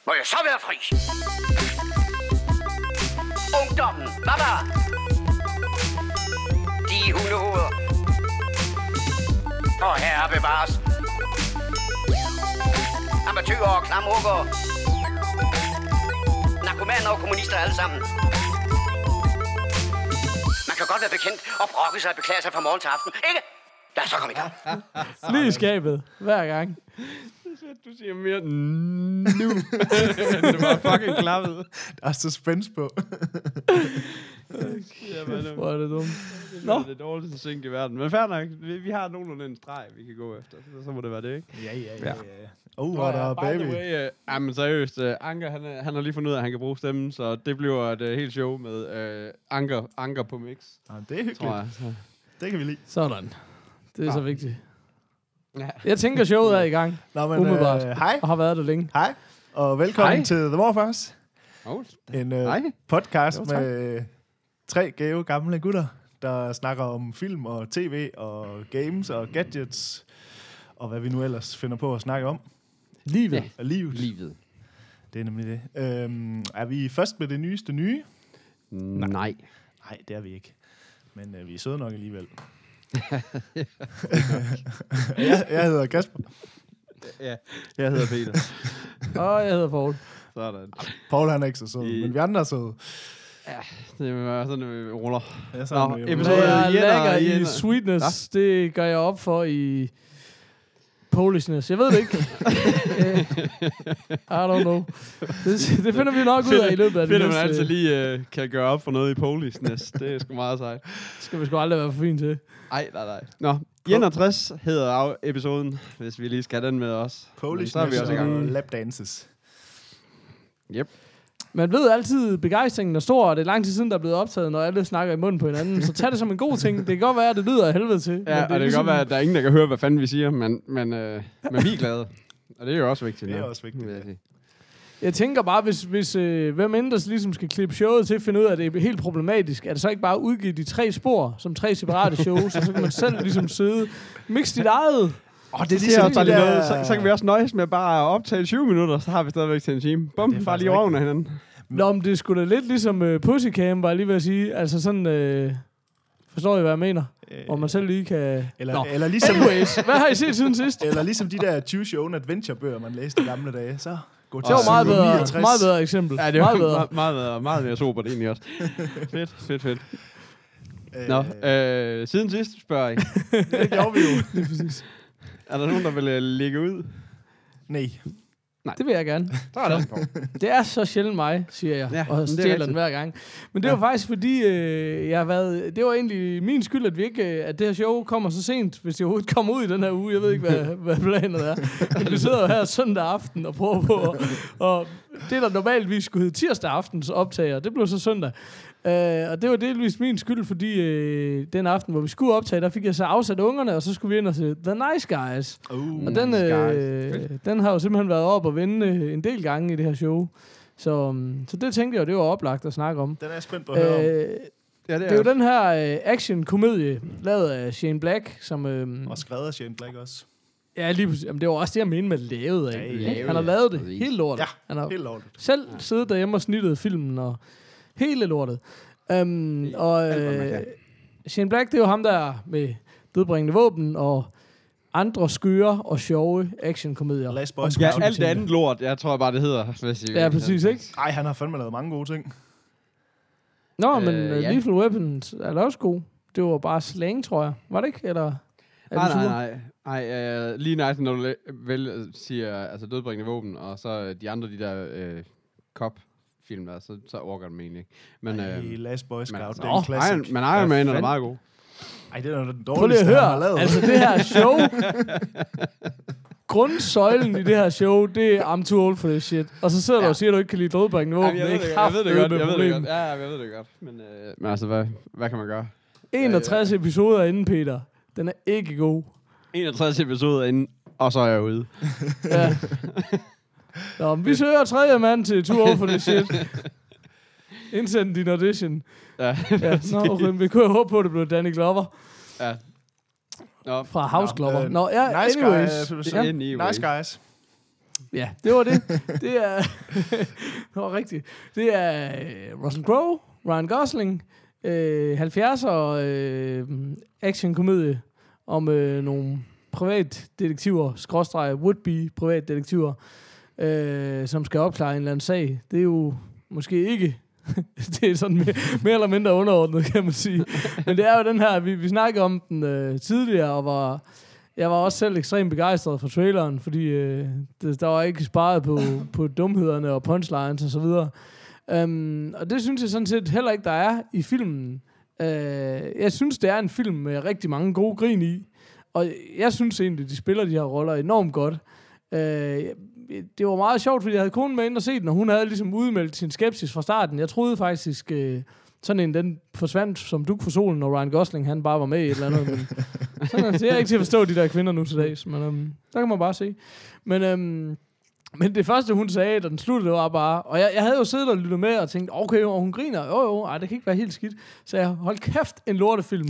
Må jeg så være fri? Ungdommen, baba! De hundehoveder. Og herre bevares. Amatøger og klamrukker. Narkomaner og kommunister alle sammen. Man kan godt være bekendt og brokke sig og beklage sig fra morgen til aften, ikke? Lad os så komme i gang. Lige i skabet, hver gang. Du siger mere nu. Det var fucking klappet. Der er suspense på. Hvor er det dumt. Det er det dårligste sink i verden. Men fair nok, vi har nogenlunde en streg, vi kan gå efter. Så må det være det, ikke? Ja. Hvor der er baby. By the way, men seriøst, Anker, han har lige fundet ud af, at han kan bruge stemmen, så det bliver et helt show med Anker på mix. Ja, det er hyggeligt. Tror jeg. Det kan vi lide. Sådan. Det er så vigtigt. Ja. Jeg tænker, showet er i gang. Nå, men Umiddelbart. hej. Og har været der længe. Hej. Og velkommen Hej. til The Morfars. En Hej. podcast Jo, tak. med 3 gave gamle gutter, der snakker om film og tv og games og gadgets og hvad vi nu ellers finder på at snakke om. Livet. Ja. Og livet. Livet. Det er nemlig det. Er vi først med det nyeste nye? Nej. Nej, det er vi ikke. Men vi er søde nok alligevel. Jeg hedder Kasper. Ja, jeg hedder Peter. Og jeg hedder Poul. Sådan. Paul han er ikke så sød, men vi andre er søde. Det er sådan, vi ruller. Ja, Nå, sådan, Så episode- jeg Jenner- lægger i Jenner. sweetness. Det gør jeg op for i Polishness. Jeg ved det ikke. I don't know. Det finder vi nok ud af i løbet af det Finder man næste. altid lige kan gøre op for noget i Polishness. Det er sgu meget sejt. Skal vi sgu aldrig være for fint til. Nej. Nå, Jenner 60 hedder episoden, hvis vi lige skal have den med os. Men så er vi også i gang. og lapdances. Yep. Man ved altid, begejstringen er stor, og det er lang tid siden, der er blevet optaget, når alle snakker i munden på hinanden. Så tag det som en god ting. Det kan godt være, at det lyder af helvede til. Ja, og det kan godt være, at der er ingen, der kan høre, hvad fanden vi siger, men vi er glade. Og det er jo også vigtigt. Det er nu, også vigtigt. vil jeg sige. Jeg tænker bare, hvis hvem end der ligesom skal klippe showet til at finde ud af, at det er helt problematisk, er det så ikke bare at udgive de 3 spor som 3 separate shows, og så kan man selv ligesom sidde, mix dit eget. Det er Det er også bare lige noget. Så kan vi også nøjes med bare at optage 20 minutter, så har vi stadigvæk til en time. Bum, Det er bare lige faktisk oven af hinanden. Nå, men det er sgu da lidt ligesom Pussycam, var jeg lige ved at sige. Altså sådan, forstår I, hvad jeg mener? Hvor man selv lige kan... Eller ligesom, Anyways, hvad har I set siden sidst? eller ligesom de der Choose Your Own Adventure-bøger, man læste i gamle dage. Så gå til Det var meget side bedre, 69. meget bedre eksempel. Ja, det meget var bedre. meget mere sobert egentlig også. Fedt. Nå, siden sidst spørger I. Det gjorde vi jo. Lige præcis. Er der nogen, der vil lægge ud? Nej. Det vil jeg gerne. Så er det på. Det er så sjældent mig, siger jeg, Ja, og men det er stjæler den rigtigt. hver gang. Men det var faktisk fordi, jeg har været... Det var egentlig min skyld, at vi ikke, at det her show kommer så sent, hvis det overhovedet kommer ud i den her uge. Jeg ved ikke, hvad planet er. Men vi sidder jo her søndag aften og prøver på, og det, der normalvis skulle hedde tirsdag aftens optager, det blev så søndag. Og det var delvis min skyld, fordi den aften, hvor vi skulle optage, der fik jeg så afsat ungerne, og så skulle vi ind og se The Nice Guys. Og den har jo simpelthen været op og vende en del gange i det her show. Så det tænkte jeg, det var oplagt at snakke om. Den er jeg spændt på at høre om. Ja, Det er jo den her action-komedie, lavet af Shane Black, som... Og skrevet af Shane Black også. Ja, lige præcis. Jamen, det var også det, jeg mente med lavet af. Ja, Han har lavet det præcis. helt lortet. Ja, Han har helt lovligt. selv siddet derhjemme og snittet filmen og hele lortet. Og alt, hvad man kan. Shane Black, det er jo ham, der med dødbringende våben og andre skøre og sjove actionkomedier. Last Boy Ja, Scout. alt det andet lort, jeg tror bare, det hedder. Hvis I Ja, præcis, ikke? Ej, han har fandme lavet mange gode ting. Nå, men ja. Lethal Weapons er da også god. Det var bare slang, tror jeg. Var det ikke? Eller er du sur? Nej, lige nøjagtigt, når du siger altså dødbringende våben, og så de andre, de der cop-film der, så orker den egentlig ikke. Men, Last Boy Scout, men, det er en classic. Men Iron Man er da meget god. Ej, det er den Prøv lige dårligste, at han har høre. lavet. Altså, det her show... Grundsøjlen i det her show, det er I'm too old for this shit. Og så sidder du og siger, at du ikke kan lide dødbringende våben. Jeg ved det godt. Ja, jeg ved det godt. Men altså, hvad kan man gøre? 61 episoder inden, Peter. Den er ikke god. 61 episoder inden, og så er jeg ude. Ja. Nå, men vi søger 3. mand til Too Old for This Shit. Indsend din audition. Ja. Nå, okay, vi kunne jo håbe på, at det blev Danny Glover Ja. Nå, fra House Glover. Nå, Nå, ja, Nice anyways. Guys. Ja. Nice Guys. Ja, det var det. Det er... det var rigtigt. Det er Russell Crowe, Ryan Gosling, 70'er action-komedie om nogle privatdetektiver, would-be privatdetektiver, som skal opklare en eller anden sag. Det er jo måske ikke... det er sådan mere eller mindre underordnet, kan man sige. Men det er jo den her... Vi snakkede om den tidligere, og jeg var også selv ekstremt begejstret for traileren, fordi der var ikke sparet på dumhederne og punchlines og så videre. Og det synes jeg sådan set heller ikke, der er i filmen. Jeg synes, det er en film med rigtig mange gode grin i. Og jeg synes egentlig, de spiller de her roller enormt godt. Det var meget sjovt, fordi jeg havde konen med ind og set den, og hun havde ligesom udmeldt sin skepsis fra starten. Jeg troede faktisk, sådan en, den forsvandt som dug for solen, når Ryan Gosling, han bare var med i et eller andet. Men sådan, det er ikke til at forstå de der kvinder nu til dags, men der kan man bare se. Men det første, hun sagde, da den sluttede, det var bare... Og jeg havde jo siddet og lyttet med og tænkt, okay, og hun griner. Jo, det kan ikke være helt skidt. Så jeg hold kæft, en lortefilm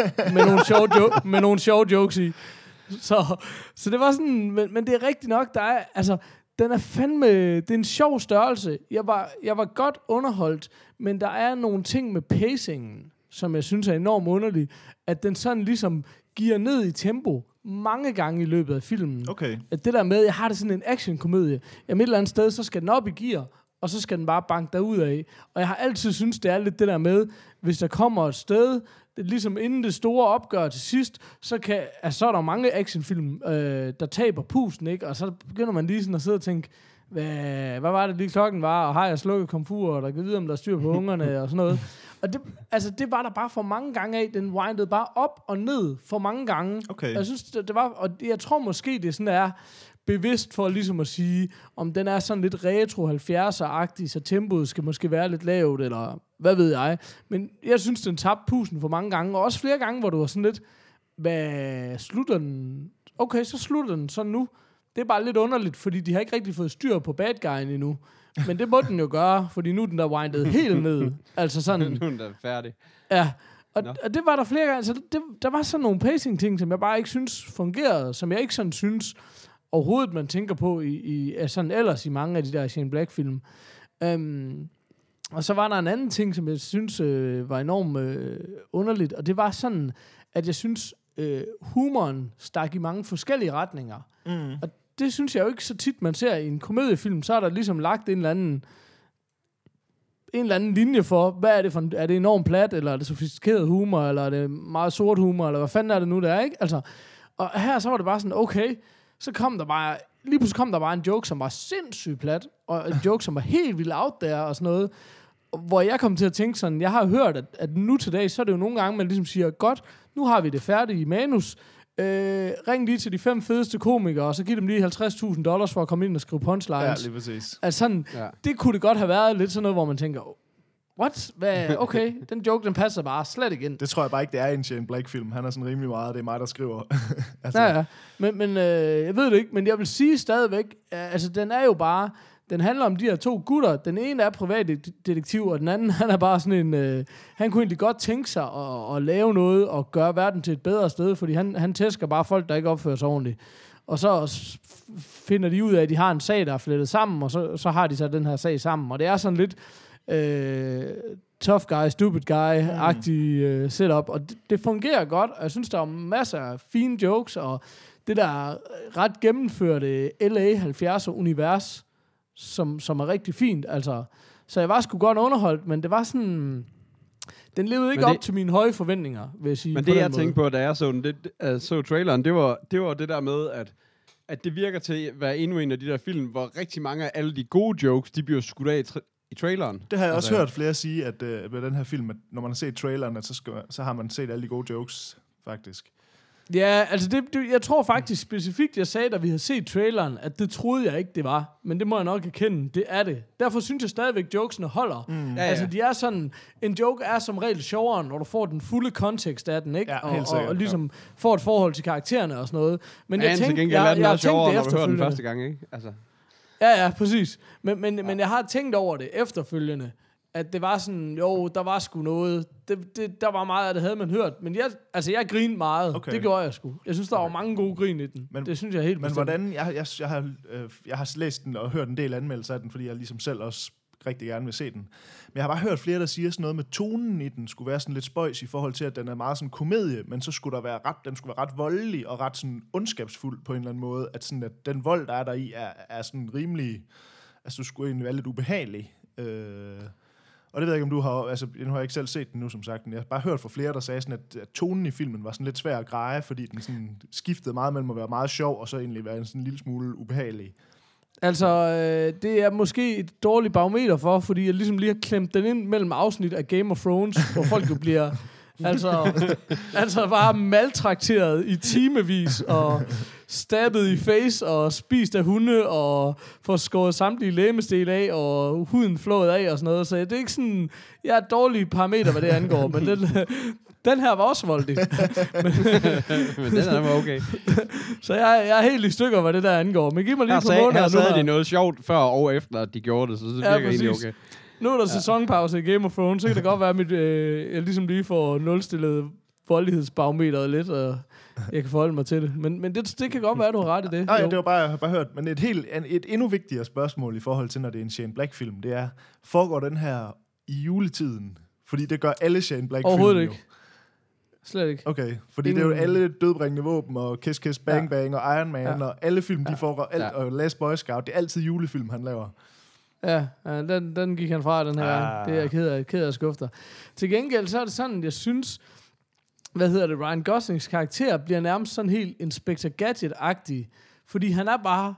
med nogle sjove jokes i. Så det var sådan... Men det er rigtigt nok, der er... Altså, den er fandme... Det er en sjov størrelse. Jeg var godt underholdt, men der er nogle ting med pacingen, som jeg synes er enormt underligt, at den sådan ligesom giver ned i tempo mange gange i løbet af filmen. Okay. At det der med, jeg har det sådan en actionkomedie. Jamen et eller andet sted, så skal den op i gear, og så skal den bare banke derud af. Og jeg har altid synes det er lidt det der med, hvis der kommer et sted, det ligesom inden det store opgør til sidst, så er der mange actionfilm, der taber pusten, ikke? Og så begynder man lige sådan at sidde og tænke, hvad var det lige klokken var, og har jeg slukket komfur, og der kan vide, om der er styr på ungerne, og sådan noget. Og det var der bare for mange gange af. Den windede bare op og ned for mange gange. Okay. Jeg synes, det var... Og jeg tror måske, det sådan er bevidst for ligesom at sige, om den er sådan lidt retro 70'er-agtig, så tempoet skal måske være lidt lavt, eller hvad ved jeg. Men jeg synes, den tabte pusen for mange gange, og også flere gange, hvor du var sådan lidt, hvad slutter den? Okay, så slutter den sådan nu. Det er bare lidt underligt, fordi de har ikke rigtig fået styr på bad guyen endnu. Men det må den jo gøre, fordi nu er den der windet helt ned. Altså sådan... Nu er den der færdig. Ja, og det var der flere gange. Altså, der var sådan nogle pacing-ting, som jeg bare ikke synes fungerede, som jeg ikke sådan synes overhovedet, man tænker på i sådan ellers i mange af de der Shane Black-film. Og så var der en anden ting, som jeg synes var enormt underligt, og det var sådan, at jeg synes, humoren stak i mange forskellige retninger. Mm. Og det synes jeg jo ikke så tit, man ser i en komediefilm. Så er der ligesom lagt en eller anden linje for, hvad er det for er det enormt plat, eller er det sofistikeret humor, eller er det meget sort humor, eller hvad fanden er det nu, der er, ikke? Altså, og her så var det bare sådan, okay, så kom der bare, lige pludselig kom der bare en joke, som var sindssygt plat, og en joke, som var helt vildt out there, og sådan noget, hvor jeg kom til at tænke sådan, jeg har hørt, at nu til dag, så er det jo nogle gange, man ligesom siger, godt, nu har vi det færdige manus, ring lige til de 5 fedeste komikere, og så giv dem lige $50,000 for at komme ind og skrive punchlines. Ja, lige præcis. Altså sådan, det kunne det godt have været lidt sådan noget, hvor man tænker, what? Hvad? Okay, den joke, den passer bare slet ikke ind. Det tror jeg bare ikke, det er en Shane Black-film. Han er sådan rimelig meget, det er mig, der skriver. Altså. Ja. Men jeg ved det ikke, men jeg vil sige stadigvæk, altså den er jo bare, den handler om de her 2 gutter. Den ene er privatdetektiv, og den anden, han er bare sådan en... han kunne egentlig godt tænke sig at lave noget og gøre verden til et bedre sted, fordi han tæsker bare folk, der ikke opfører sig ordentligt. Og så finder de ud af, at de har en sag, der er flettet sammen, og så har de så den her sag sammen. Og det er sådan lidt tough guy, stupid guy-agtig setup. Og det fungerer godt, og jeg synes, der er masser af fine jokes, og det der ret gennemførte LA 70'er-univers, som er rigtig fint, altså. Så jeg var sgu godt underholdt, men det var sådan... Den levede ikke op til mine høje forventninger, vil jeg sige. Men det, jeg tænkte på, da jeg så traileren, det var det der med, at det virker til at være endnu en af de der film, hvor rigtig mange af alle de gode jokes, de bliver skudt af i traileren. Det har jeg også hørt flere sige, at ved den her film, at når man har set traileren, at så har man set alle de gode jokes, faktisk. Ja, altså jeg tror faktisk specifikt, jeg sagde, da vi havde set traileren, at det troede jeg ikke, det var. Men det må jeg nok erkende, det er det. Derfor synes jeg stadigvæk, jokesene holder. Mm. Altså, de er sådan... En joke er som regel sjovere, når du får den fulde kontekst af den, ikke? Ja, og ligesom får et forhold til karaktererne og sådan noget. Men jeg tænkte, jeg har tænkt det efterfølgende. Når du hører den første gang, ikke? Altså. Ja, præcis. Men jeg har tænkt over det efterfølgende, at det var sådan, jo, der var sgu noget. Der var meget af det, havde man hørt. Men jeg grinede meget. Okay. Det gjorde jeg sgu. Jeg synes, der var mange gode grin i den. Det synes jeg helt bestemt. Men hvordan... Jeg har læst den og hørt en del anmeldelser af den, fordi jeg ligesom selv også rigtig gerne vil se den. Men jeg har bare hørt flere, der siger sådan noget med tonen i den, skulle være sådan lidt spøjs i forhold til, at den er meget sådan komedie, men så skulle den skulle være ret voldelig og ret sådan ondskabsfuld på en eller anden måde, at sådan, at den vold, der er der i, er sådan rimelig... Altså, du skulle egentlig være lidt ubehagelig. Og det ved jeg ikke, om du har... Altså, nu har jeg ikke selv set den nu, som sagt, men jeg har bare hørt fra flere, der sagde sådan, at tonen i filmen var sådan lidt svær at greje, fordi den sådan skiftede meget mellem at være meget sjov, og så egentlig være sådan en lille smule ubehagelig. Altså, det er måske et dårligt barometer for, fordi jeg ligesom lige har klemt den ind mellem afsnit af Game of Thrones, hvor folk jo bliver altså bare maltrakteret i timevis, og stabbet i face, og spist af hunde, og får skåret samtlige lægemestel af, og huden flået af, og sådan noget. Så det er ikke sådan, jeg er et dårligt parameter, hvad det angår, men den her var også voldelig. Men den er okay. Så jeg er helt i stykker, hvad det der angår. Men giv mig lige på måneder. Her sagde de noget sjovt før og efter, at de gjorde det, så det virker egentlig okay. Nu er der sæsonpause i Game of Thrones, så kan det godt være, at jeg ligesom lige får nulstillet voldelighedsbarometeret lidt, og jeg kan forholde mig til det. Men det kan godt være, at du har ret i det. Nej, det var bare, jeg har bare hørt. Men et endnu vigtigere spørgsmål i forhold til, når det er en Shane Black-film, det er, foregår den her i juletiden? Fordi det gør alle Shane Black-film. Overhovedet ikke. Slet ikke. Okay, fordi det er jo alle dødbringende våben, og Kiss Kiss Bang Bang, og Iron Man, og alle film, de foregår, og Last Boy Scout, det er altid julefilm, han laver. Ja, den gik han fra, den her gang. Det er jeg ked af skufter. Til gengæld, så er det sådan, jeg synes, Ryan Goslings karakter bliver nærmest sådan helt Inspector Gadget-agtig, fordi han er bare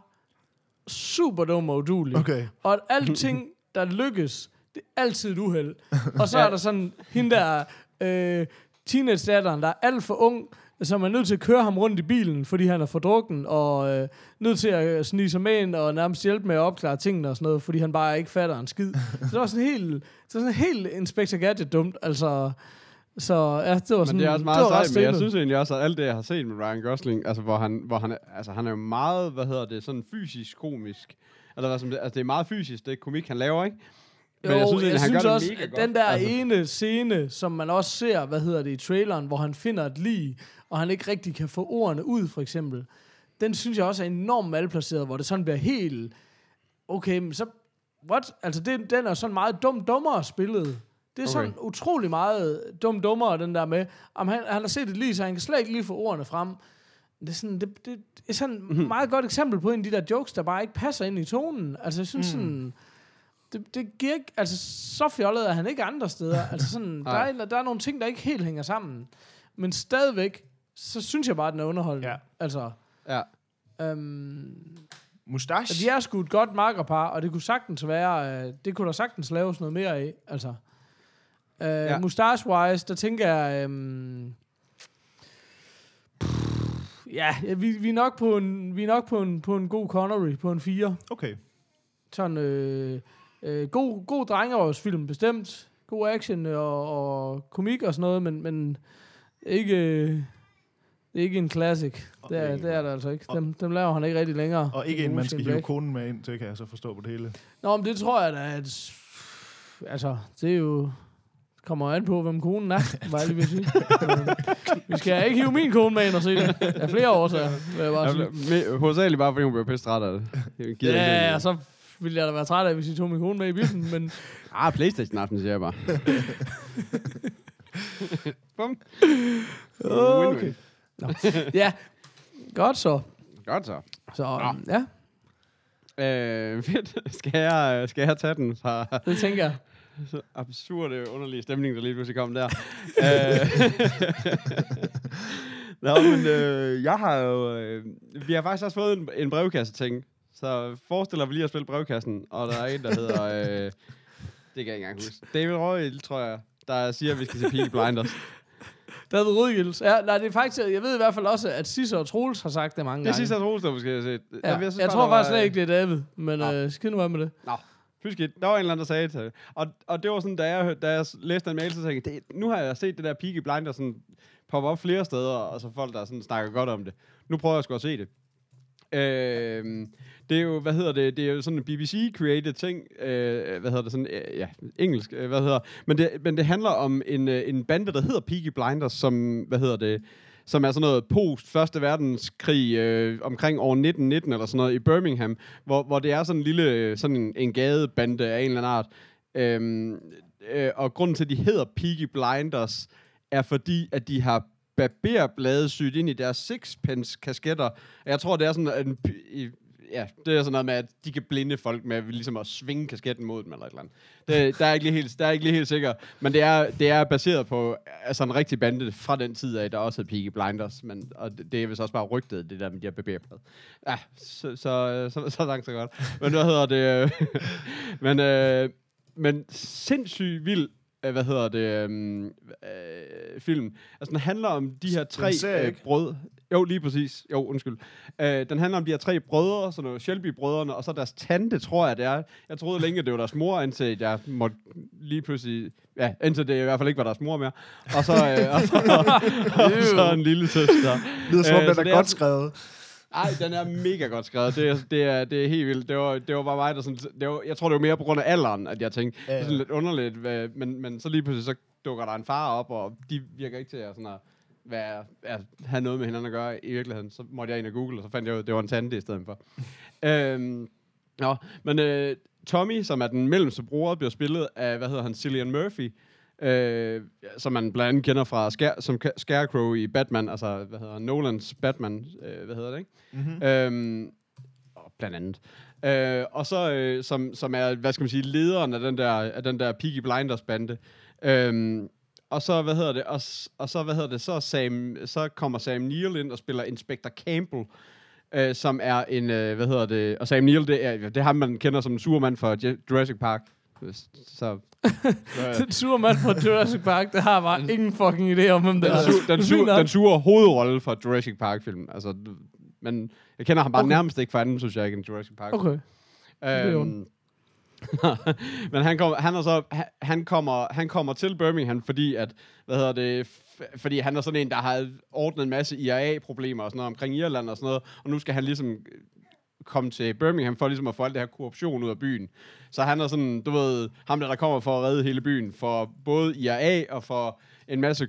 super dum og uduelig. Okay. Og at alting, der lykkes, det er altid et uheld. Og så er der sådan, hende der teenage-datteren, der er alt for ung, så man er nødt til at køre ham rundt i bilen, fordi han er for drukken, og nødt til at snige sig med ind, og nærmest hjælpe med at opklare tingene og sådan noget, fordi han bare ikke fatter en skid. Så det var sådan helt Inspector Gadget dumt, altså. Så ja, det var sådan... Men det er også meget sejt, men jeg synes egentlig også, at alt det, jeg har set med Ryan Gosling, altså hvor han er jo meget, sådan fysisk komisk. Altså det er meget fysisk, det er komik, han laver, ikke? Men jeg synes også, at den der ene scene, som man også ser, i traileren, hvor han finder et lig, og han ikke rigtig kan få ordene ud, for eksempel, den synes jeg også er enormt malplaceret, hvor det sådan bliver helt... Okay, men så... What? Altså, den er sådan meget dummere spillet. Det er sådan utrolig meget dummere, den der med, om han har set et lig, så han kan slet ikke lige få ordene frem. Det er sådan et meget godt eksempel på en af de der jokes, der bare ikke passer ind i tonen. Altså, jeg synes sådan... Det giver ikke... Altså, så fjollet er han ikke andre steder. Altså, sådan, der er nogle ting, der ikke helt hænger sammen. Men stadigvæk, så synes jeg bare, at den er underholdende. Ja. Altså... Ja. Mustache? De er sgu et godt makkerpar, og det kunne sagtens være... det kunne der sagtens laves noget mere af. Altså... Mustache-wise, der tænker jeg... vi er nok på en god Connery, på en 4. Okay. Sådan god drengeårsfilm, bestemt. God action og komik og sådan noget, men ikke en classic. Det er der altså ikke. Dem laver han ikke rigtig længere. Og ikke en, man skal hive konen med ind til, kan jeg så forstå på det hele. Nå, men det tror jeg da, at... Altså, det er jo... Kommer an på, hvem konen er, var jeg lige vil sige. Vi skal ikke hive min kone med ind og se det. Der er flere årsager, vil jeg bare sige. Hovedsageligt bare, fordi hun bliver pisse træt af det. Ja, så ville jeg da være træt af, hvis I tog min kone med i biffen, men... PlayStation-aften, siger jeg bare. Bum. Okay. Ja, godt så. Så, ja. Fedt. Skal jeg tage den fra... Det tænker jeg. Så absurde, underlige stemning, der lige pludselig kom der. Jeg har jo... vi har faktisk også fået en brevkasse-ting. Så forestiller vi lige at spille brevkassen, og der er en, der hedder... det kan jeg ikke engang huske. David Royal, tror jeg, der siger, at vi skal se Peaky Blinders. David Rødgilds. Ja, nej, det er faktisk... Jeg ved i hvert fald også, at Sisse og Troels har sagt det mange gange. Det er Sisse og Troels, der måske har set. Ja, jeg tror faktisk slet ikke, det er David, men skid nu med det. Nå. Der var en eller anden, der sagde det. Og det var sådan, da jeg læste den mail, så tænkte jeg, nu har jeg set det der Peaky Blinders sådan poppe op flere steder, og så folk, der sådan snakker godt om det. Nu prøver jeg sgu at se det. Det er jo, det er jo sådan en BBC-created ting, engelsk, men det handler om en bande, der hedder Peaky Blinders, som, som er sådan noget post Første Verdenskrig, omkring år 1919 eller sådan noget i Birmingham, hvor det er sådan en lille, sådan en gadebande af en eller anden art. Og grunden til, at de hedder Peaky Blinders, er fordi, at de har barberblade syet ind i deres sixpence-kasketter. Jeg tror, det er sådan det er sådan noget med, at de kan blinde folk med ligesom at svinge kasketten mod dem eller et eller andet. Der er ikke lige helt sikker, men det er baseret på altså en rigtig bande fra den tid af, der også hed Peaky Blinders, og det er vist også bare rygtet, det der med de her barberblade. Ja, så langt så godt. Men hvad hedder det? Men sindssygt vild film. Altså, den handler om de her tre brødre. Jo, lige præcis. Jo, undskyld. Den handler om de her tre brødre, sådan noget Shelby-brødrene, og så deres tante, tror jeg, det er. Jeg troede længe, det var deres mor, indtil jeg måtte lige pludselig... Ja, indtil det i hvert fald ikke var deres mor mere. Og så en lille søster. Det lyder som om, den er godt skrevet. Ej, den er mega godt skrevet. Det er helt vildt. Det var bare mig, der sådan... Jeg tror, det var mere på grund af alderen, at jeg tænkte, det er sådan lidt underligt. Men så lige pludselig, så dukker der en far op, og de virker ikke til at have noget med hinanden at gøre i virkeligheden. Så måtte jeg ind og google, og så fandt jeg ud, at det var en tante i stedet for. Tommy, som er den mellemste bror, bliver spillet af, Cillian Murphy, som man blandt andet kender fra Scarecrow i Batman, altså, Nolans Batman, ikke? Mm-hmm. Blandt andet. Og så, som er, lederen af den der Peaky Blinders bande. Og så, så kommer Sam Neill ind og spiller Inspector Campbell, som er en, og Sam Neill, det er ham, man kender som en surmand fra Jurassic Park. Så den sure mand fra Jurassic Park, det har bare ingen fucking idé om, hvem det er. Den sure hovedrolle fra Jurassic Park-film. Altså, men jeg kender ham bare nærmest ikke for anden, synes jeg ikke, en Jurassic Park. Okay. Men han kommer til Birmingham, fordi at, fordi han er sådan en, der har ordnet en masse IRA-problemer og sådan noget omkring Irland og sådan noget, og nu skal han ligesom komme til Birmingham for ligesom at få alt det her korruption ud af byen. Så han er sådan, du ved, ham der kommer for at redde hele byen, for både IRA og for en masse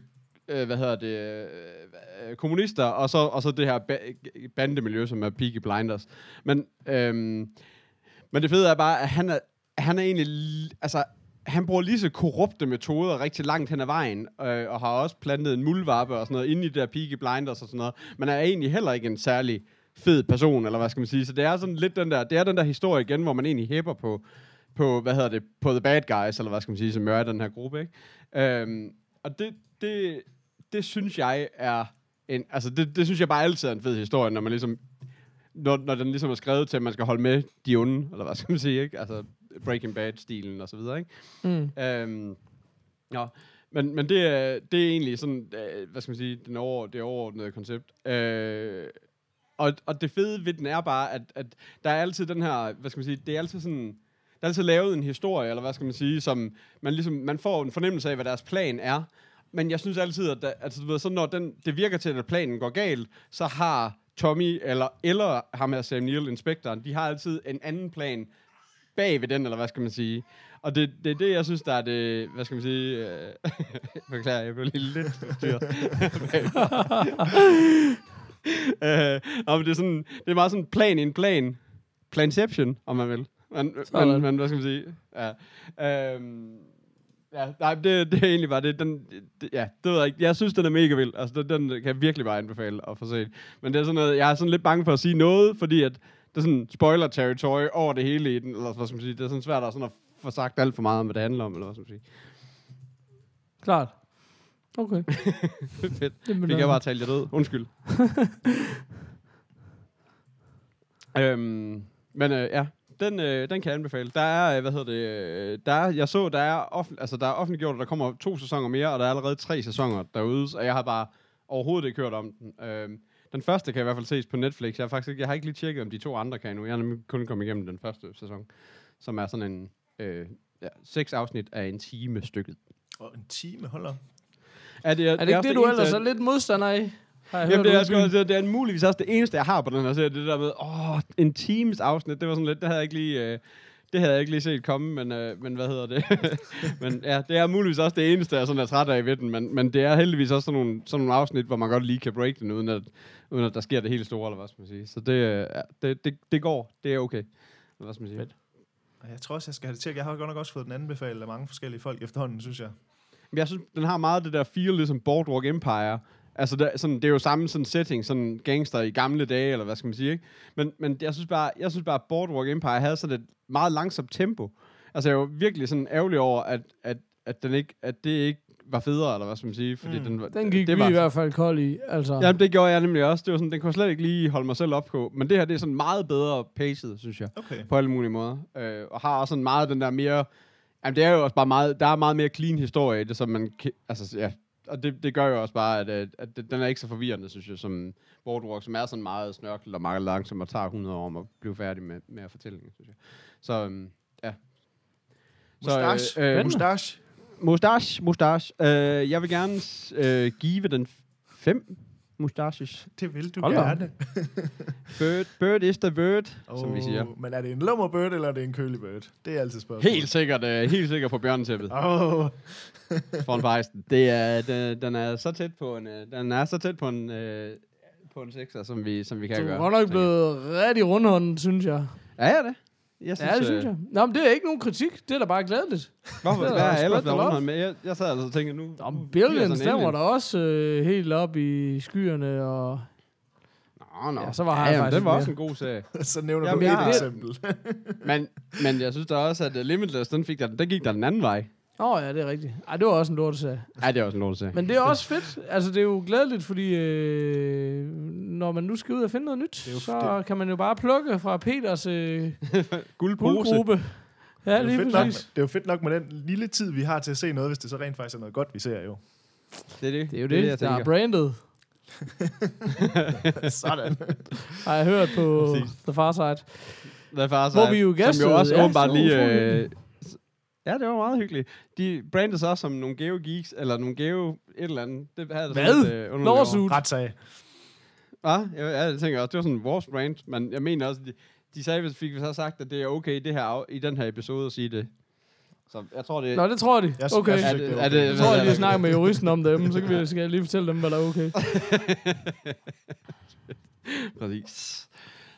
kommunister, og så det her bandemiljø, som er Peaky Blinders. Men det fede er bare, at han er egentlig, altså, han bruger lige så korrupte metoder rigtig langt hen ad vejen, og har også plantet en muldvarpe og sådan noget inde i det der Peaky Blinders og sådan noget, men er egentlig heller ikke en særlig fed person, eller hvad skal man sige. Så det er sådan lidt den der historie igen, hvor man egentlig hæpper på på the bad guys, eller hvad skal man sige, som er den her gruppe, ikke? Og det synes jeg er det synes jeg bare altid er en fed historie, når man ligesom når den ligesom er skrevet til, at man skal holde med de onde, eller hvad skal man sige, ikke? Altså Breaking Bad-stilen og så videre, ikke? Men det er egentlig sådan, hvad skal man sige, det overordnede koncept. Og det fede ved den er bare, at der er altid den her, hvad skal man sige, det er altid sådan, der er altid lavet en historie, eller hvad skal man sige, som man får en fornemmelse af, hvad deres plan er. Men jeg synes altid, at du ved, så når det virker til, at planen går galt, så har Tommy eller ham her Sam Neill, inspektoren, de har altid en anden plan bag ved den, eller hvad skal man sige. Og det er det, jeg synes, der er det, hvad skal man sige, beklager, jeg blev lige lidt styret. Men det er sådan, det er meget sådan plan i en plan. Planception, om man vil. Men hvad skal man sige? Ja. Nej, det er egentlig bare det. Det ved jeg ikke. Jeg synes, den er mega vild. Altså, den kan jeg virkelig bare anbefale at få set. Men det er sådan noget, jeg er sådan lidt bange for at sige noget, fordi at det er sådan spoiler territory over det hele i den, eller hvad skal man sige. Det er sådan svært at få sagt alt for meget om, hvad det handler om, eller hvad skal man sige. Klart. Okay. Fedt. Fik jeg bare tale jer død. Undskyld. Den kan jeg anbefale. Der er, jeg så, der er offentliggjort, at der kommer 2 sæsoner mere, og der er allerede 3 sæsoner derude, og jeg har bare overhovedet ikke hørt om den. Den første kan i hvert fald ses på Netflix. Jeg har ikke lige tjekket, om de 2 andre kan nu. Jeg har nemlig kun kommet igennem den første sæson, som er sådan en 6 afsnit af 1 time stykket. Og 1 time, hold op. Er det ikke det, du ellers er lidt modstander af? Jamen, det er muligvis også det eneste, jeg har på den her serie. Det der med, en Teams afsnit, det var sådan lidt, det havde jeg ikke lige set komme, men hvad hedder det? Men ja, det er muligvis også det eneste, jeg sådan er træt af ved den, men det er heldigvis også sådan nogle afsnit, hvor man godt lige kan break den, uden at der sker det helt store, eller hvad skal man sige. Så det går, det er okay. Hvad skal man sige? Jeg tror også, jeg skal have det til. Jeg har godt nok også fået den anbefalet af mange forskellige folk efterhånden, synes jeg. Men jeg synes, den har meget det der feel, ligesom Boardwalk Empire. Altså, det er jo samme sådan setting, sådan gangster i gamle dage, eller hvad skal man sige, ikke? Men jeg synes bare, at Boardwalk Empire havde sådan et meget langsomt tempo. Altså, jeg var virkelig sådan ærgerlig over, at det ikke var federe, eller hvad skal man sige, fordi den gik vi i hvert fald kold i, altså. Jamen, det gjorde jeg nemlig også. Det var sådan, den kunne slet ikke lige holde mig selv op på. Men det her, det er sådan meget bedre paced, synes jeg. Okay. På alle mulige måder. Og har også sådan meget den der mere... Jamen, det er jo også bare meget... Der er meget mere clean historie i det, som man... Altså, ja. Og det gør jo også bare, at den er ikke så forvirrende, synes jeg, som Boardwalk, som er sådan meget snørklet og meget langsomt og tager 100 år at blive færdig med at fortælle den, synes jeg. Så, ja. Mustache. Jeg vil gerne give den 5 mustaches. Det vil du gerne. Bird is the bird, som vi siger. Men er det en lummer bird, eller er det en kølig bird? Det er altid spørgsmål. Helt sikkert på bjørnetæppet. Foran fejsten. Den er så tæt på en på en 6'er, som vi kan gøre. Du er nok blevet rigtig rundhånden, synes jeg. Ja, det. Jeg synes, det synes jeg. Nå, men det er ikke nogen kritik. Det er da bare glædeligt. Hvorfor? Hvad er ellers der rundhånden med? Jeg sad altså og tænkte nu... Billions, den var der også helt op i skyerne, og... Nå. Ja, så var han faktisk den var også en god serie. Så nævner du et eksempel. men jeg synes da også, at Limitless, den gik der den anden vej. Ja, det er rigtigt. Ej, det var også en lorteserie. Ja, det er også en lorteserie. Men det er også fedt. Altså, det er jo glædeligt, fordi når man nu skal ud og finde noget nyt, så kan man jo bare plukke fra Peters guldgruppe. Ja, lige præcis. Det er jo fedt nok med den lille tid, vi har til at se noget, hvis det så rent faktisk er noget godt, vi ser jo. Det er jo det der er brandet. Sådan. Har jeg hørt på The Far Side. Hvor vi jo gæstede. Som jo også åbenbart lige... Ja, det var meget hyggeligt. De brandede sig også som nogle geo-geeks, eller nogle geo et eller andet. Det havde hvad? Lårsuit? Retssag. Ja, jeg tænker også, det var sådan vores brand, men jeg mener også, de sagde, fik vi så sagt, at det er okay i den her episode at sige det. Så jeg tror, det... Nå, det tror de. Okay. Jeg tror, jeg lige snakker med juristen om dem, så skal jeg lige fortælle dem, hvad der er okay. Præcis.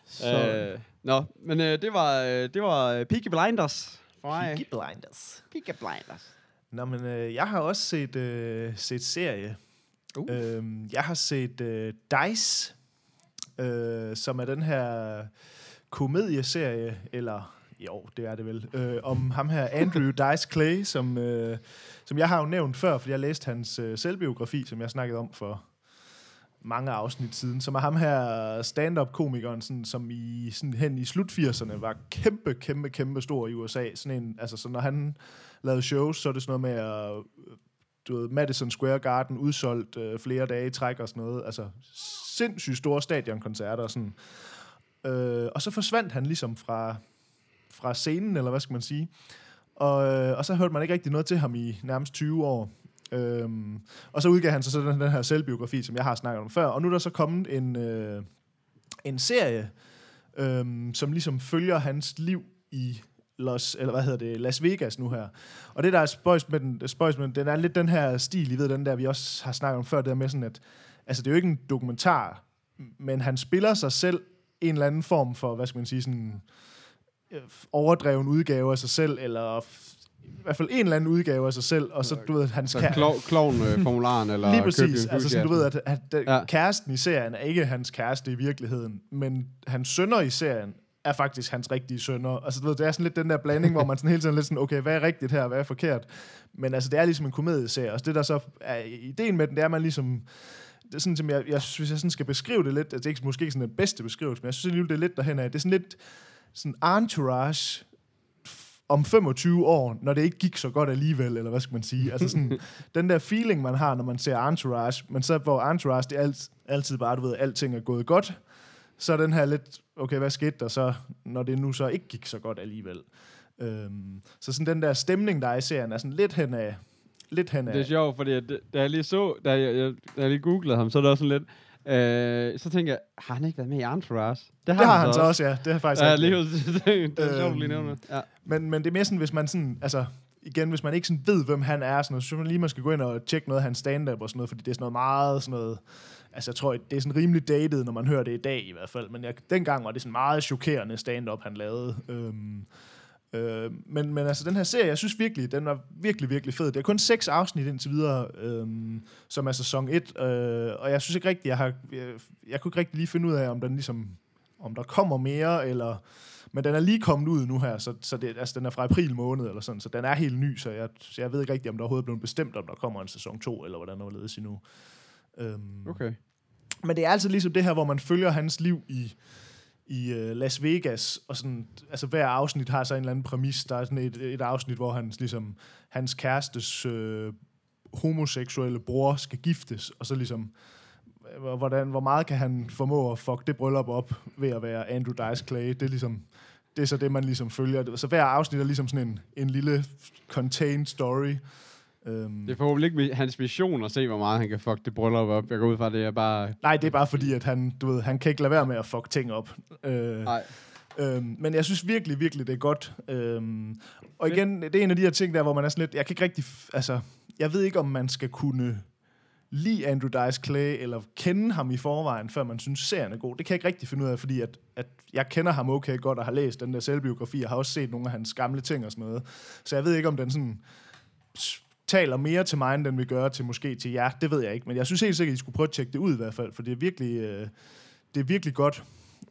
Nå, men det var Peaky Blinders. Peaky Blinders. Nå, men jeg har også set serie. Jeg har set Dice, som er den her komedieserie, eller jo, det er det vel, om ham her Andrew Dice Clay, som jeg har jo nævnt før, fordi jeg læste hans selvbiografi, som jeg snakkede om for mange afsnit siden, som er ham her stand-up-komikeren, som hen i slut-80'erne var kæmpe stor i USA. Sådan en, altså, så når han lavede shows, så er det sådan noget med at Madison Square Garden udsolgt flere dage i træk og sådan noget. Altså sindssygt store stadionkoncerter og sådan. Og så forsvandt han ligesom fra scenen, eller hvad skal man sige. Og så hørte man ikke rigtig noget til ham i nærmest 20 år. Og så udgav han så den her selvbiografi, som jeg har snakket om før. Og nu er der så kommet en serie, som ligesom følger hans liv i Las Vegas nu her. Og det der er spøjs med den er lidt den her stil, I ved, den der vi også har snakket om før, det der med sådan, at altså det er jo ikke en dokumentar, men han spiller sig selv en eller anden form for, hvad skal man sige, sådan overdreven udgave af sig selv, eller i hvert fald en eller anden udgave af sig selv, og så, du ved, hans klovn-formularen, eller lige præcis, altså sådan, du ved, at kæresten i serien er ikke hans kæreste i virkeligheden, men hans sønner i serien er faktisk hans rigtige sønner. Altså, du ved, det er sådan lidt den der blanding, hvor man sådan hele tiden lidt sådan, okay, hvad er rigtigt her, hvad er forkert? Men altså, det er ligesom en komedieserie, og det der så er ideen med den, det er, man ligesom, det er sådan, som jeg synes, jeg sådan skal beskrive det lidt, altså, det er ikke, måske ikke sådan den bedste beskrivelse, men jeg synes alligevel, det er lidt derhen af, det er sådan lidt sådan Entourage om 25 år, når det ikke gik så godt alligevel, eller hvad skal man sige? Altså sådan, den der feeling, man har, når man ser Entourage, men så hvor Entourage, det er altid bare, du ved, alting er gået godt, så er den her lidt, okay, hvad skete der så, når det nu så ikke gik så godt alligevel? Så sådan den der stemning, der er i serien, er sådan lidt hen af. Det er sjovt, fordi da jeg lige googlede ham, så er det også sådan lidt, Så tænker jeg, har han ikke været med i Entourage? Det har han så også, ja. Det har faktisk det er sjovt lige nævne. Ja. Men det er mere sådan, hvis man sådan, altså igen, hvis man ikke sådan ved, hvem han er, sådan noget, så synes man lige, man skal gå ind og tjekke noget af hans stand-up og sådan noget, fordi det er sådan noget meget sådan noget, altså jeg tror, det er sådan rimelig dated, når man hører det i dag i hvert fald, men dengang var det sådan meget chokerende stand-up, han lavede. Men altså den her serie, jeg synes virkelig, den var virkelig, virkelig fed. Det er kun 6 afsnit indtil videre, som er sæson 1, og jeg synes ikke rigtigt, jeg kunne ikke rigtig lige finde ud af, om den ligesom, om der kommer mere, eller, men den er lige kommet ud nu her, så det, altså den er fra april måned, eller sådan, så den er helt ny, så jeg ved ikke rigtigt, om der overhovedet er blevet bestemt, om der kommer en sæson 2, eller hvordan der ledes endnu. Okay. Men det er altså ligesom det her, hvor man følger hans liv i Las Vegas, og sådan, altså hver afsnit har så en eller anden præmis. Der er sådan et afsnit, hvor hans kærestes homoseksuelle bror skal giftes, og så ligesom, hvor meget kan han formå at fuck det bryllup op ved at være Andrew Dice Clay. Det er ligesom, det er så det, man ligesom følger. Så hver afsnit er ligesom sådan en lille contained story. Det er forhåbentlig ikke hans mission at se, hvor meget han kan fuck det bryllup op. Jeg går ud fra, det er bare... Nej, det er bare fordi, at han kan ikke lade være med at fuck ting op. Nej. Men jeg synes virkelig, virkelig, det er godt. Og igen, det er en af de her ting der, hvor man er sådan lidt... Jeg kan ikke rigtig... Altså, jeg ved ikke, om man skal kunne lide Andrew Dice Clay, eller kende ham i forvejen, før man synes, serien er god. Det kan jeg ikke rigtig finde ud af, fordi at jeg kender ham okay godt, og har læst den der selvbiografi, og har også set nogle af hans gamle ting og sådan noget. Så jeg ved ikke, om den sådan taler mere til mig, end den vil gøre til måske til jer. Det ved jeg ikke, men jeg synes helt sikkert, at I skulle prøve at tjekke det ud i hvert fald, for det er virkelig godt.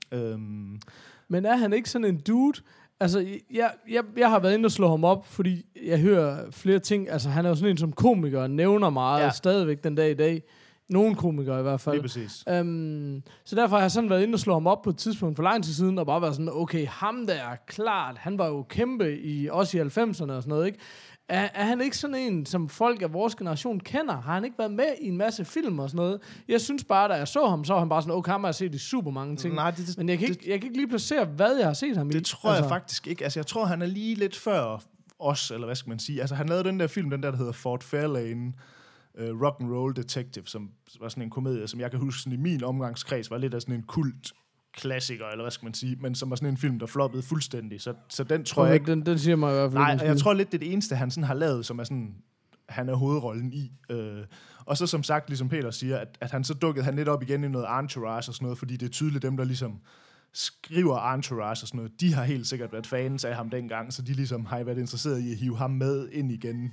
Men er han ikke sådan en dude? Altså, jeg har været inde og slå ham op, fordi jeg hører flere ting. Altså, han er jo sådan en som komiker, og nævner meget stadigvæk den dag i dag. Nogle komikere i hvert fald. Det er præcis. Så derfor har jeg sådan været inde og slå ham op på et tidspunkt for lang tid siden, og bare været sådan, okay, ham der, klart, han var jo kæmpe også i 90'erne og sådan noget, ikke? Er han ikke sådan en, som folk af vores generation kender? Har han ikke været med i en masse film og sådan noget? Jeg synes bare, da jeg så ham, så var han bare sådan, okay, ham har jeg set i super mange ting. Nej, men jeg kan ikke lige placere, hvad jeg har set ham i. Det tror jeg faktisk ikke. Altså, jeg tror, han er lige lidt før os, eller hvad skal man sige. Altså, han lavede den der film, der hedder Fort Fairlane, Rock and Roll Detective, som var sådan en komedie, som jeg kan huske sådan, i min omgangskreds, var lidt af sådan en kult klassiker, eller hvad skal man sige, men som var sådan en film, der floppede fuldstændig. Så den tror jeg ikke... Den siger mig i hvert fald. Nej, jeg tror lidt, det er det eneste, han sådan har lavet, som er sådan, han er hovedrollen i. Og så som sagt, ligesom Peter siger, at han så dukkede han lidt op igen i noget Entourage og sådan noget, fordi det er tydeligt dem, der ligesom skriver Entourage og sådan noget, de har helt sikkert været fans af ham dengang, så de ligesom har været interesseret i at hive ham med ind igen.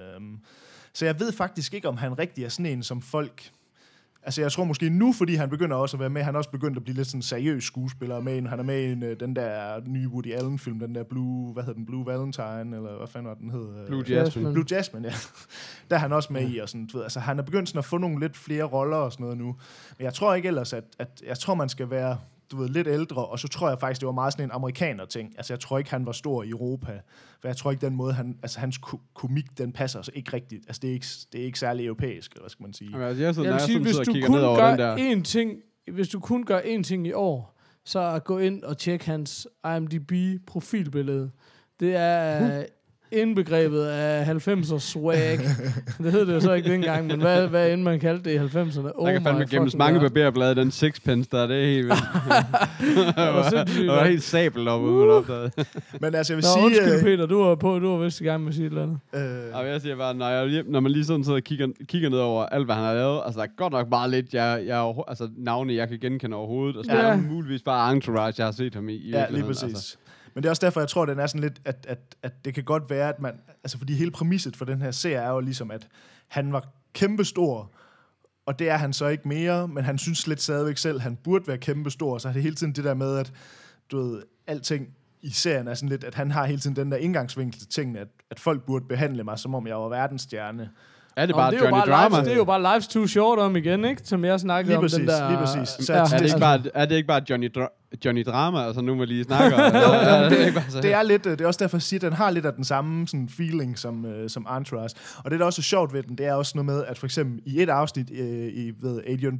Så jeg ved faktisk ikke, om han rigtig er sådan en, som folk... Altså, jeg tror måske nu, fordi han begynder også at være med, han er også begyndt at blive lidt sådan seriøs skuespiller med. Han er med i den der nye Woody Allen-film, den der Blue Valentine, eller hvad fanden var den hed? Blue Jasmine, ja. Der er han også med i, og sådan, du ved, altså, han er begyndt sådan at få nogle lidt flere roller og sådan noget nu. Men jeg tror ikke ellers, at jeg tror, man skal være, du ved, lidt ældre, og så tror jeg faktisk, det var meget sådan en amerikaner-ting. Altså, jeg tror ikke, han var stor i Europa, for jeg tror ikke, den måde, hans komik, den passer altså ikke rigtigt. Altså, det er ikke særlig europæisk, eller hvad skal man sige? Okay, jeg vil sige, hvis du kun gør én ting i år, så gå ind og tjek hans IMDb-profilbillede. Det er indbegrebet af 90'er swag. Det hed det jo så ikke dengang, men hvad end man kaldte det i 90'erne? Der kan fandme gemmes mange barberblade, den sixpence der, det er helt vildt. Det var helt sabelt op ude. Men altså, jeg vil sige... Undskyld, Peter, du var vist i gang med at sige et eller andet. Jeg siger bare, når man lige sådan sidder og kigger ned over alt, hvad han har lavet, altså der er godt nok meget lidt, altså navne, jeg kan genkende overhovedet, og så er muligvis bare Entourage, jeg har set ham i. Ja, lige præcis. Altså. Men det er også derfor, jeg tror, den er sådan lidt, at det kan godt være, at man... Altså, fordi hele præmisset for den her serie er jo ligesom, at han var kæmpestor, og det er han så ikke mere, men han synes lidt stadigvæk selv, han burde være kæmpestor, så er det hele tiden det der med, at du ved, alting i serien er sådan lidt, at han har hele tiden den der indgangsvinkel til tingene, at folk burde behandle mig, som om jeg var verdensstjerne. Er det bare Johnny Drama? Det er jo bare Life's Too Short om igen, ikke? Som jeg snakkede om den der... Lige præcis. Er det ikke bare Johnny Drama, altså nu må lige snakke? Det er lidt, det er også derfor, at den har lidt af den samme sådan feeling som Entourage. Og det, der også er sjovt ved den, det er også noget med, at for eksempel i et afsnit Adrian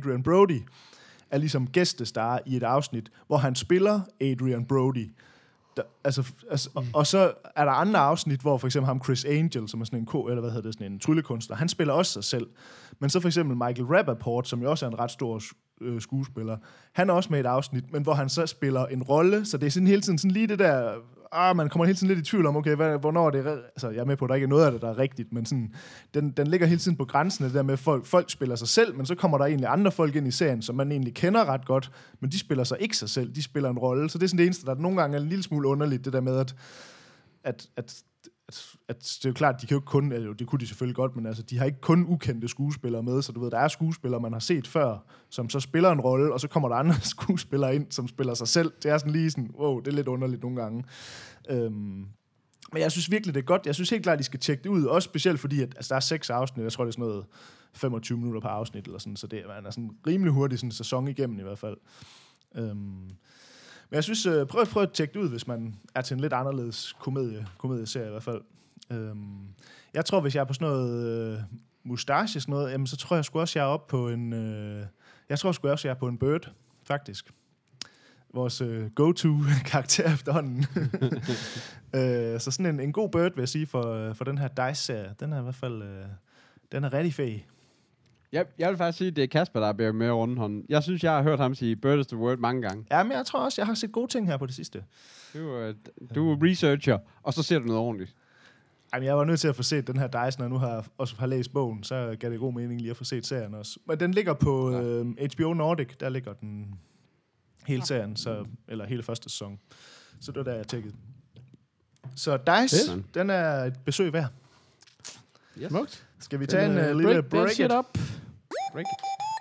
Brody er ligesom gæstestar i et afsnit, hvor han spiller Adrian Brody. Og så er der andre afsnit, hvor for eksempel ham Chris Angel, som er sådan sådan en tryllekunstner, han spiller også sig selv. Men så for eksempel Michael Rappaport, som jo også er en ret stor skuespiller, han er også med i et afsnit, men hvor han så spiller en rolle, så det er sådan hele tiden sådan lige det der, man kommer hele tiden lidt i tvivl om, okay, hvornår er det, altså jeg er med på, at der ikke er noget af det, der er rigtigt, men sådan, den ligger hele tiden på grænsen af det der med, at folk spiller sig selv, men så kommer der egentlig andre folk ind i serien, som man egentlig kender ret godt, men de spiller sig ikke sig selv, de spiller en rolle, så det er sådan det eneste, der nogle gange er en lille smule underligt, det der med, at det er jo klart, de kan jo ikke kun, altså, det kunne de selvfølgelig godt, men altså, de har ikke kun ukendte skuespillere med, så du ved, der er skuespillere, man har set før, som så spiller en rolle, og så kommer der andre skuespillere ind, som spiller sig selv. Det er sådan lige sådan, wow, det er lidt underligt nogle gange. Men jeg synes virkelig, det er godt. Jeg synes helt klart, de skal tjekke det ud, også specielt fordi, at altså, der er 6 afsnit, jeg tror, det er sådan noget 25 minutter per afsnit, eller sådan, så det er sådan rimelig hurtigt sådan en sæson igennem i hvert fald. Men jeg synes, prøv at tjekke det ud, hvis man er til en lidt anderledes komedieserie i hvert fald. Jeg tror, hvis jeg er på sådan noget mustache, sådan noget, jamen, så tror jeg sgu også, jeg er oppe på en... jeg tror sgu også, jeg er på en Bird, faktisk. Vores go-to-karakter efterhånden. Så sådan en god Bird, vil jeg sige, for den her Dice-serie. Den er i hvert fald... den er rigtig fed. Jeg vil faktisk sige, at det er Kasper, der bliver med rundt hånden. Jeg synes, jeg har hørt ham sige Bird is the word mange gange. Ja, men jeg tror også, jeg har set gode ting her på det sidste. Du er researcher, og så ser du noget ordentligt. Jamen, jeg var nødt til at få set den her Dice, når jeg nu har læst bogen, så gav det god mening lige at få set serien også. Men den ligger på HBO Nordic, der ligger den hele serien, eller hele første sæson. Så det var der, jeg tjekkede. Så Dice, den er et besøg værd. Yes. Skal vi tage en lille break it up? Break it.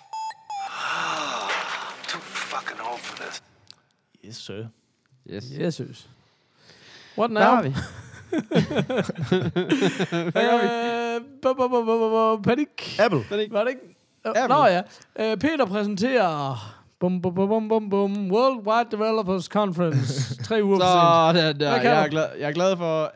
Too fucking old for this. Yes, sir. Yes, sir. What now? Der har vi. Panik. Apple. Var det ikke? Nå ja. Peter præsenterer World Wide Developers Conference. 3 uger for sent. Jeg er glad for,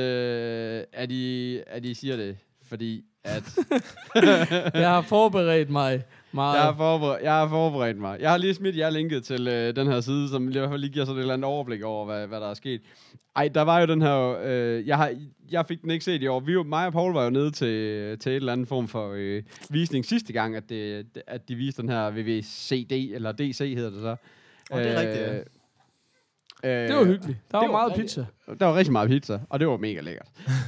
at I siger det, fordi at... Jeg har forberedt mig meget. Jeg har forberedt mig. Jeg har lige smidt jer linket til den her side, som i hvert fald lige giver sådan et eller andet overblik over, hvad der er sket. Ej, der var jo den her... jeg fik den ikke set i år. Mig og Paul var jo nede til et eller andet form for visning sidste gang, at de viste den her VVCD, eller DC hedder det så. Det er rigtigt, ja. Det var hyggeligt. Der var meget pizza. Der var rigtig meget pizza, og det var mega lækkert.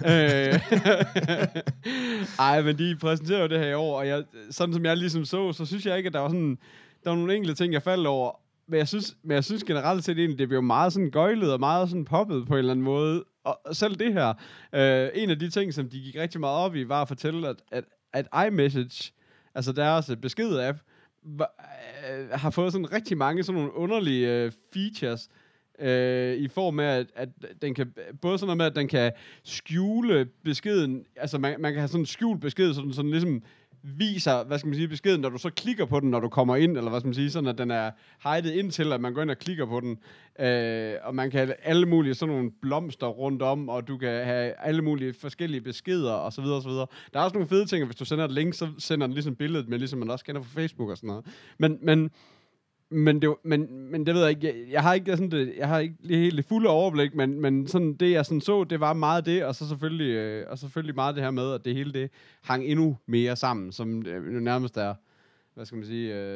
Ej, men de præsenterer jo det her i år, og sådan som jeg ligesom så synes jeg ikke, at der var nogle enkelte ting, jeg faldt over. Men jeg synes generelt set egentlig, det blev meget sådan gøjlet og meget sådan poppet på en eller anden måde. Og selv det her, en af de ting, som de gik rigtig meget op i, var at fortælle, at iMessage, altså deres besked-app, har fået sådan rigtig mange sådan nogle underlige features, i form af, at den kan, både sådan noget med, at den kan skjule beskeden, altså man kan have sådan en skjult besked, sådan ligesom viser, hvad skal man sige, beskeden, når du så klikker på den, når du kommer ind, eller hvad skal man sige, sådan at den er hided ind til, at man går ind og klikker på den, og man kan have alle mulige sådan nogle blomster rundt om, og du kan have alle mulige forskellige beskeder, og så videre, og så videre. Der er også nogle fede ting, at hvis du sender et link, så sender den ligesom billedet med, ligesom man også kender fra Facebook og sådan noget. Men det ved jeg ikke. Jeg har ikke lige helt det fulde overblik, men sådan det jeg sådan så, det var meget det, og så selvfølgelig meget det her med, at det hele det hang endnu mere sammen, som nærmest er, hvad skal man sige,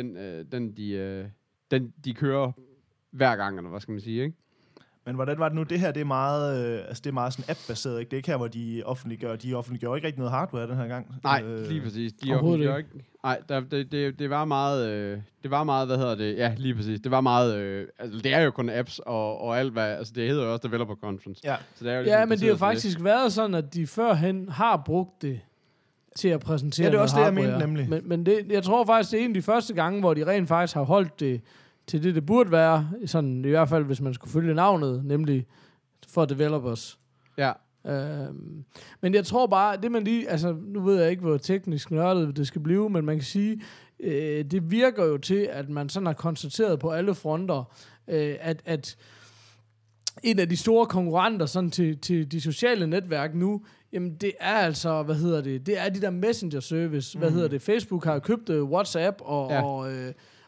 den de kører hver gang, eller hvad skal man sige, ikke? Men hvordan var det nu? Det her, det er meget sådan app-baseret, ikke? Det er ikke her, hvor de offentliggør ikke rigtig noget hardware den her gang. Nej, lige præcis. De offentliggør ikke. Nej, det var meget, hvad hedder det? Ja, lige præcis. Det var meget, altså det er jo kun apps og alt hvad, altså det hedder jo også Developer Conference. Ja, så det er jo ligesom, men det har jo faktisk været sådan, at de førhen har brugt det til at præsentere. Ja, det er også hardware. det, jeg mente nemlig. Men det, jeg tror faktisk, det er en af de første gange, hvor de rent faktisk har holdt det til det burde være, sådan i hvert fald, hvis man skulle følge navnet, nemlig for developers. Ja. Men jeg tror bare, det man lige, altså nu ved jeg ikke, hvor teknisk nørdet det skal blive, men man kan sige, det virker jo til, at man sådan har konstateret på alle fronter, at en af de store konkurrenter sådan til de sociale netværk nu, jamen det er altså, det er de der messenger service, Facebook har købt WhatsApp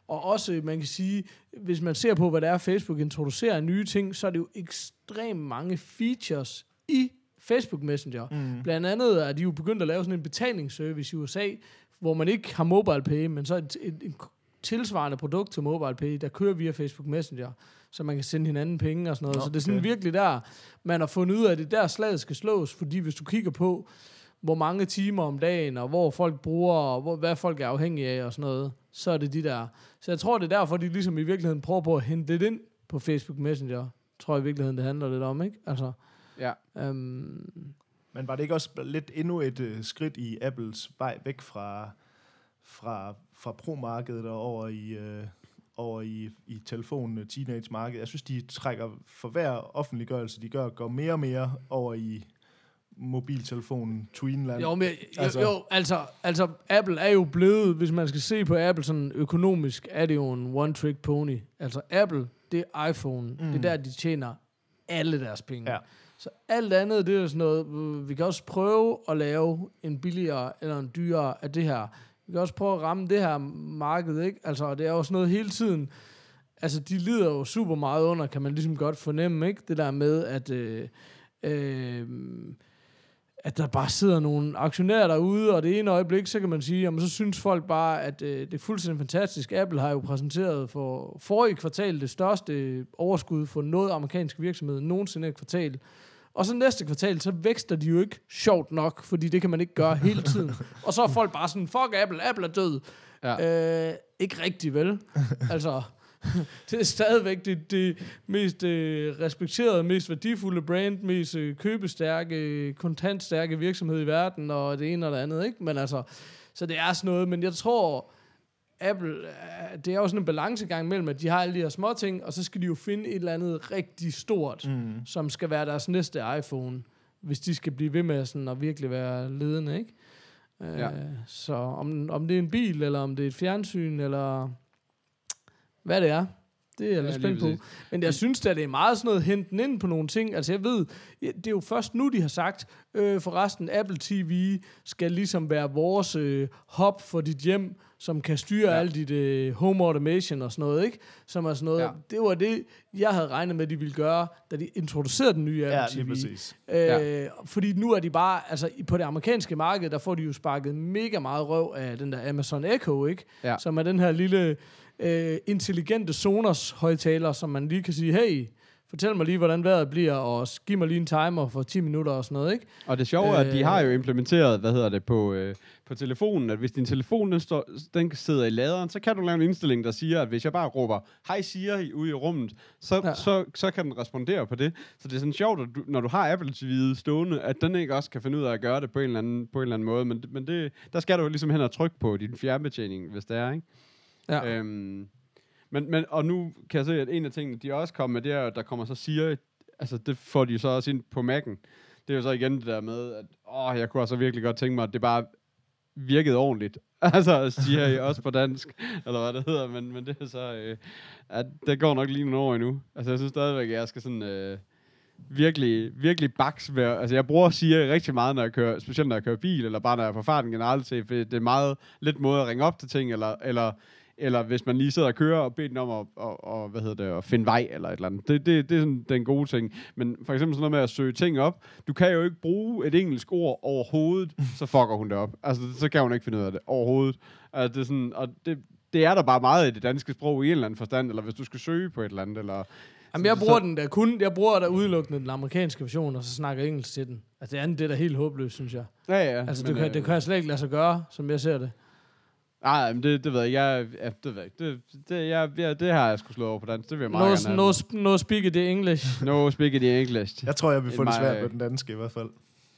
Og også, man kan sige, hvis man ser på, hvad det er, Facebook introducerer nye ting, så er det jo ekstremt mange features i Facebook Messenger. Blandt andet er de jo begyndt at lave sådan en betalingsservice i USA, hvor man ikke har MobilePay, men så et tilsvarende produkt til MobilePay, der kører via Facebook Messenger, så man kan sende hinanden penge og sådan noget. Så det er sådan virkelig der, man har fundet ud af, at det der slaget skal slås, fordi hvis du kigger på, hvor mange timer om dagen, og hvor folk bruger, og hvad folk er afhængige af og sådan noget, så er det de der. Så jeg tror, det er derfor, de ligesom i virkeligheden prøver på at hente det ind på Facebook Messenger. Tror jeg i virkeligheden, det handler lidt om, ikke? Altså, ja. Men var det ikke også lidt endnu et skridt i Apples vej væk fra pro-markedet og over i telefon-teenage-markedet? Jeg synes, de trækker for hver offentliggørelse, de går mere og mere over i mobiltelefonen, tweenland. Jo, men altså Apple er jo blevet, hvis man skal se på Apple sådan økonomisk, er det jo en one-trick pony. Altså Apple, det er iPhone. Det er der, de tjener alle deres penge. Ja. Så alt andet, det er sådan noget, vi kan også prøve at lave en billigere eller en dyrere af det her. Vi kan også prøve at ramme det her marked, ikke? Altså, det er jo sådan noget hele tiden. Altså, de lider jo super meget under, kan man ligesom godt fornemme, ikke? Det der med, at der bare sidder nogle aktionærer derude, og det ene øjeblik, så kan man sige, jamen så synes folk bare, at det er fuldstændig fantastisk. Apple har jo præsenteret for forrige kvartal det største overskud for noget amerikansk virksomhed nogensinde et kvartal. Og så næste kvartal, så vækster de jo ikke sjovt nok, fordi det kan man ikke gøre hele tiden. Og så er folk bare sådan, fuck Apple er død. Ja. Ikke rigtig, vel? Altså, det er stadigvæk det mest respekterede, mest værdifulde brand, mest købestærke, kontantstærke virksomhed i verden, og det ene og det andet, ikke? Men altså, så det er sådan noget, men jeg tror, Apple, det er jo sådan en balancegang mellem, at de har alle de her små ting, og så skal de jo finde et eller andet rigtig stort, som skal være deres næste iPhone, hvis de skal blive ved med sådan at virkelig være ledende, ikke? Ja. Så om det er en bil, eller om det er et fjernsyn, eller hvad det er, det er jeg lidt spændt på. Men jeg synes da, det er meget sådan noget henten ind på nogle ting. Altså jeg ved, det er jo først nu, de har sagt, forresten Apple TV skal ligesom være vores hub for dit hjem, som kan styre alt dit home automation og sådan noget, ikke? Som er sådan noget, det var det, jeg havde regnet med, de ville gøre, da de introducerede den nye Apple TV. Præcis. Fordi nu er de bare, altså på det amerikanske marked, der får de jo sparket mega meget røv af den der Amazon Echo, ikke? Ja. Som er den her lille intelligente Sonos højtaler, som man lige kan sige, hey, fortæl mig lige, hvordan vejret bliver, og giv mig lige en timer for 10 minutter og sådan noget, ikke? Og det sjove er, at de har jo implementeret, på telefonen, at hvis din telefon, den sidder i laderen, så kan du lave en indstilling, der siger, at hvis jeg bare råber, hej Siri, ude i rummet, så kan den respondere på det. Så det er sådan sjovt, at når du har Apple TV stående, at den ikke også kan finde ud af at gøre det på en eller anden måde, men det, der skal du jo ligesom hen og trykke på din fjernbetjening, hvis det er, ikke? Ja. Men og nu kan jeg se, at en af tingene, de også kommer med, det er, at der kommer så Siri, altså det får de så også ind på Mac'en. Det er jo så igen det der med, at jeg kunne også virkelig godt tænke mig, at det bare virkede ordentligt. Altså Siri også på dansk, eller hvad det hedder, men det er så, at det går nok lige nogle år endnu. Altså jeg synes stadigvæk, at jeg skal sådan virkelig baks med, altså jeg bruger Siri rigtig meget, når jeg kører, specielt når jeg kører bil, eller bare når jeg er på farten generelt til, for det er meget let måde at ringe op til ting, eller hvis man lige sidder og kører og beder den om at finde vej eller et eller andet. Det er sådan den gode ting. Men for eksempel sådan noget med at søge ting op. Du kan jo ikke bruge et engelsk ord overhovedet, så fucker hun det op. Altså, så kan hun ikke finde ud af det overhovedet. Altså, det er sådan, og det er der bare meget i det danske sprog i en eller anden forstand, eller hvis du skal søge på et eller andet, eller... Jamen, jeg bruger der udelukkende den amerikanske version, og så snakker jeg engelsk til den. Altså, det andet, det er da helt håbløst, synes jeg. Ja. Altså, det kan jeg slet ikke lade sig gøre, som jeg ser det. Nej, men det ved jeg. Det ved jeg ikke. Det har jeg sgu slået over på dansk. Det vil jeg meget gerne. No speak it English. No speak it English. Jeg tror, jeg vil få det svært med den danske i hvert fald.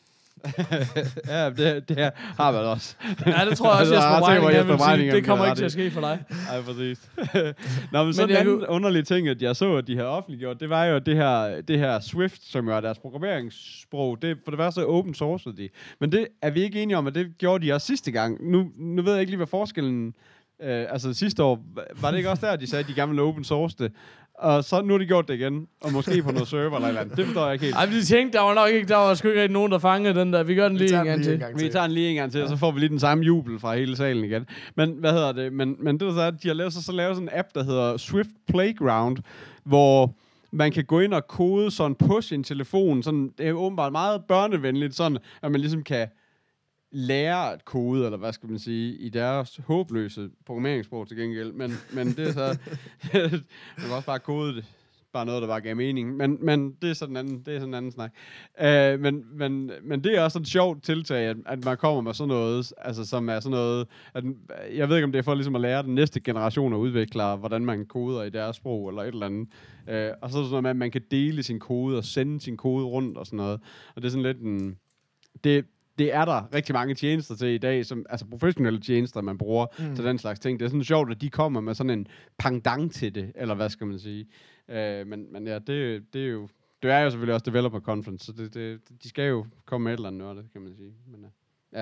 Ja, det har man også. Ja, det tror jeg også, Jesper Breining, det kommer ikke til at ske for dig. Nej, præcis. Nå, men så en anden underlig ting, at jeg så, at de havde offentliggjort, det var jo det her Swift, som jo er deres programmeringssprog. Det, for det første open source de. Men det er vi ikke enige om, at det gjorde de også sidste gang. Nu ved jeg ikke lige, hvad forskellen Altså sidste år, var det ikke også der, de sagde, at de gerne ville open source det? Og så nu har de gjort det igen, og måske på noget server eller et eller andet. Det forstår jeg ikke helt. Ej, de tænkte, der var sgu ikke rigtig nogen, der fangede den der. Vi gør den lige en gang til. Vi tager den lige en gang til, og så får vi lige den samme jubel fra hele salen igen. Men hvad hedder det? Men det var så, at de har lavet sådan en app, der hedder Swift Playground, hvor man kan gå ind og kode sådan på sin telefon. Sådan, det er åbenbart meget børnevenligt, sådan at man ligesom kan lære at kode, eller hvad skal man sige, i deres håbløse programmeringssprog til gengæld. Men det er så... man kan også bare kode det. Bare noget, der bare gav mening. Men det er sådan en anden snak. Men det er også et sjovt tiltag, at man kommer med sådan noget, altså som er sådan noget... Jeg ved ikke, om det er for ligesom at lære den næste generation af udviklere, hvordan man koder i deres sprog, eller et eller andet. Og så er det sådan noget med, at man kan dele sin kode, og sende sin kode rundt, og sådan noget. Og det er sådan lidt en... Det er der rigtig mange tjenester til i dag, som, altså professionelle tjenester, man bruger til den slags ting. Det er sådan sjovt, at de kommer med sådan en pendant til det, eller hvad skal man sige. Men ja, det er jo selvfølgelig også Developer Conference, så de skal jo komme med et eller andet noget, kan man sige. Men ja,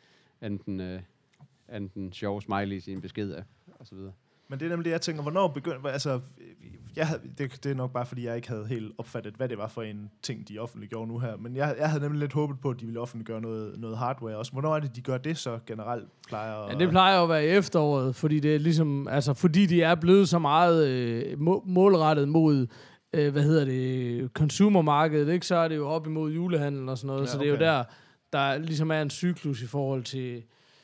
enten sjove smileys i en besked af, og så videre. Men det er nemlig det, jeg tænker, hvornår begyndte... Altså, det er nok bare, fordi jeg ikke havde helt opfattet, hvad det var for en ting, de offentliggjorde nu her. Men jeg havde nemlig lidt håbet på, at de ville offentliggøre noget hardware også. Hvornår er det, de gør det så generelt? Ja, det plejer jo at være i efteråret, fordi det er ligesom... Altså, fordi de er blevet så meget målrettet mod... consumermarkedet, ikke? Så er det jo op imod julehandlen og sådan noget. Ja, så det er jo der ligesom er en cyklus i forhold til...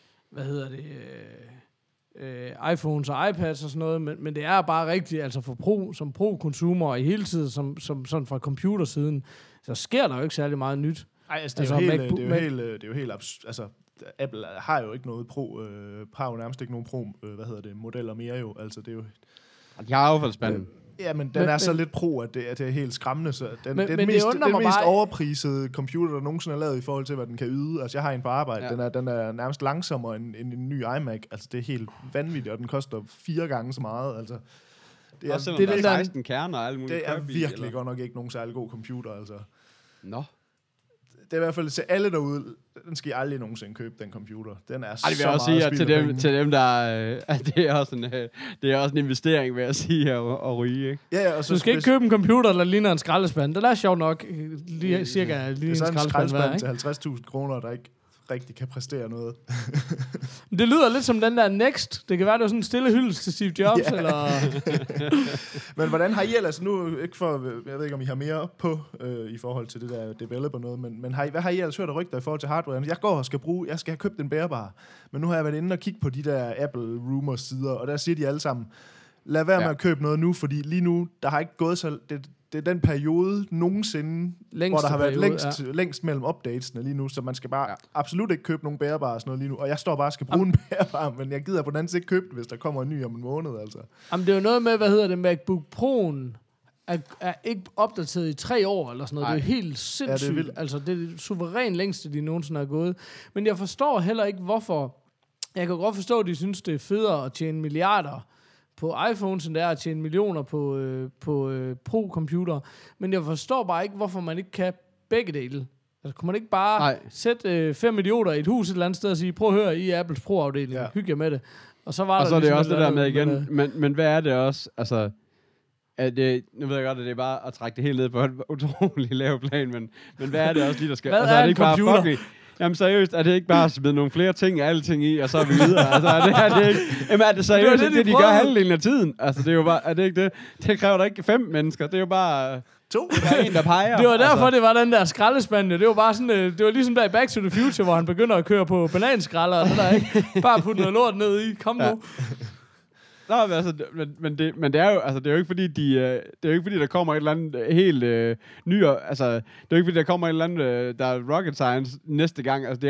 iPhones og iPads og sådan noget, men det er bare rigtigt, altså for som pro-consumer og i hele tiden, som sådan fra computersiden, så sker der jo ikke særlig meget nyt. Ej, altså det er jo helt altså Apple har jo ikke noget har jo nærmest ikke nogen modeller mere jo, altså det er jo... De har affaldsspanden. Ja, men den er så lidt pro, at det er helt skræmmende. Så det er den mest overprisede computer, der nogensinde er lavet i forhold til, hvad den kan yde. Altså, jeg har en på arbejde. Ja. Den er nærmest langsommere end en ny iMac. Altså, det er helt vanvittigt, og den koster 4 gange så meget. Altså, det er, også det er 16 kerner og alt muligt. Det er virkelig godt nok ikke nogen særlig god computer, altså. Nå. Det er i hvert fald til alle derude, den skal I aldrig nogensinde købe, den computer. Den er så meget. Det vil også sige, at til dem der, det er også en investering, vil jeg sige, at ryge, ikke? Ja, og så du skal ikke købe en computer, der ligner en skraldespand. Det er sjovt nok cirka lige en skraldespand til 50.000 kroner, der ikke rigtig kan præstere noget. Det lyder lidt som den der Next. Det kan være, det var sådan en stille hyldest til Steve Jobs, eller... Men hvordan har I ellers nu, ikke for, jeg ved ikke, om I har mere på i forhold til det der developer noget, men hvad har I ellers hørt af rygter i forhold til hardware? Jeg går og jeg skal have købt en bærbar, men nu har jeg været inde og kigge på de der Apple Rumors sider, og der siger de alle sammen, lad være med at købe noget nu, fordi lige nu, der har ikke gået så... Det er den periode nogensinde, hvor der har været længst mellem updatesene lige nu, så man skal bare absolut ikke købe nogen bærbare og sådan noget lige nu. Og jeg står bare og skal bruge en bærbar, men jeg gider på den anden side ikke købe det, hvis der kommer en ny om en måned, altså. Jamen, det er jo noget med, MacBook Pro'en er ikke opdateret i 3 år eller sådan noget. Ej. Det er jo helt sindssygt. Ja, altså, det er det suveræn længste, de nogensinde har gået. Men jeg forstår heller ikke, hvorfor... Jeg kan godt forstå, at de synes, det er federe at tjene milliarder på iPhones, end det er at tjene millioner på pro-computer. Men jeg forstår bare ikke, hvorfor man ikke kan begge dele. Altså, kunne man ikke bare sætte 5 idioter i et hus et eller andet sted og sige, prøv at høre, I er Apples pro-afdeling, hygge jer med det. Og så var og der så er det også det der med igen, men hvad er det også? Altså, nu ved jeg godt, at det er bare at trække det helt ned på en utrolig lav plan, men hvad er det også lige, der skal... Hvad altså, er en computer? Jamen seriøst, er det ikke bare at smide nogle flere ting af alting i, og så er vi videre? Altså, er det ikke... Jamen er det seriøst, det de gør halvdelen af tiden? Altså, det er jo bare... Er det ikke det? Det kræver da ikke 5 mennesker, det er jo bare... 2. Der er en, der peger. Det var derfor, det var den der skraldespand. Det var bare sådan... Det var ligesom der i Back to the Future, hvor han begynder at køre på bananskralder, og det der ikke. Bare putte noget lort ned i. Kom nu. Nå, men det er jo, altså, det er jo ikke fordi det er jo ikke fordi der kommer et eller andet helt altså det er jo ikke fordi der kommer et eller andet der er rocket science næste gang. Altså det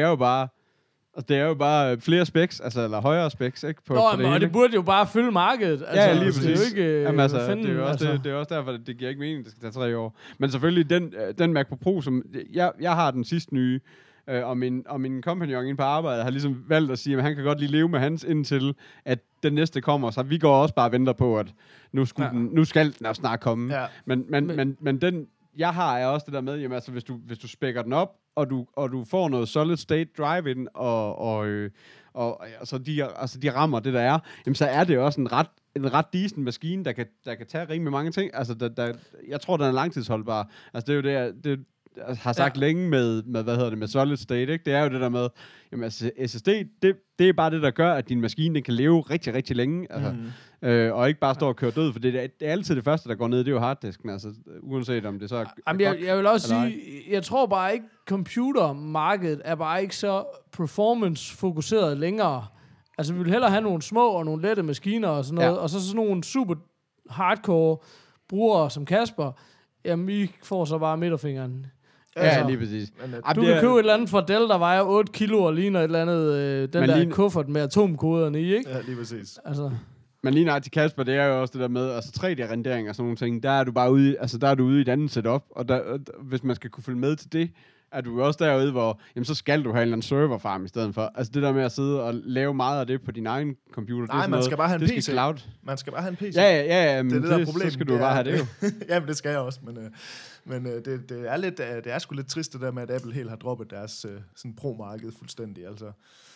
er jo bare flere specs, altså eller højere specs, ikke på det hele. Og det burde jo bare fylde markedet. Altså, ja, lige præcis. Det er jo ikke jamen, altså, det er jo også det er også derfor det giver ikke mening, at det skal tage 3 år. Men selvfølgelig den MacBook Pro, som jeg har den sidste nye. Og min kompagnon inde på arbejde har ligesom valgt at sige, at han kan godt lige leve med hans indtil, at den næste kommer. Så vi går også bare og venter på, at nu skal den snart komme. Ja. Men den, jeg har er også det der med, jamen, altså, hvis du spækker den op og du får noget solid state drive-in, og altså de rammer det, der er, jamen, så er det også en ret decent maskine, der kan tage rimelig mange ting. Altså, jeg tror, den er langtidsholdbar. Altså, det er jo det har sagt længe med med solid state, ikke? Det er jo det der med, jamen, altså, SSD, det er bare det, der gør, at din maskine den kan leve rigtig, rigtig længe, altså, og ikke bare stå og køre død, for det er altid det første, der går ned, det er jo harddisken, altså, uanset om det så jeg vil også sige, jeg tror bare ikke, computermarkedet er bare ikke så performance-fokuseret længere. Altså, vi vil hellere have nogle små og nogle lette maskiner og sådan noget, og så sådan nogle super hardcore brugere som Kasper, jamen, vi får så bare midterfingeren. Ja, lige præcis. Du kan købe et eller andet fra Dell, der vejer 8 kilo og ligner et eller andet, den der kuffert med atomkoderne i, ikke? Ja, lige præcis. Altså. Men lige nøjagtigt Kasper, det er jo også det der med, altså 3D-rendering og sådan nogle ting, der er du bare ude, altså der er du ude i et andet setup, og hvis man skal kunne følge med til det, er du jo også derude, hvor, jamen så skal du have en eller anden serverfarm i stedet for. Altså det der med at sidde og lave meget af det på din egen computer. Nej, det man skal bare have en PC. Cloud. Man skal bare have en PC. Ja, men det der problem, så skal du bare have det jo. Jamen det skal jeg også, men det er sgu lidt trist det der med, at Apple helt har droppet deres sådan pro-marked fuldstændig, altså.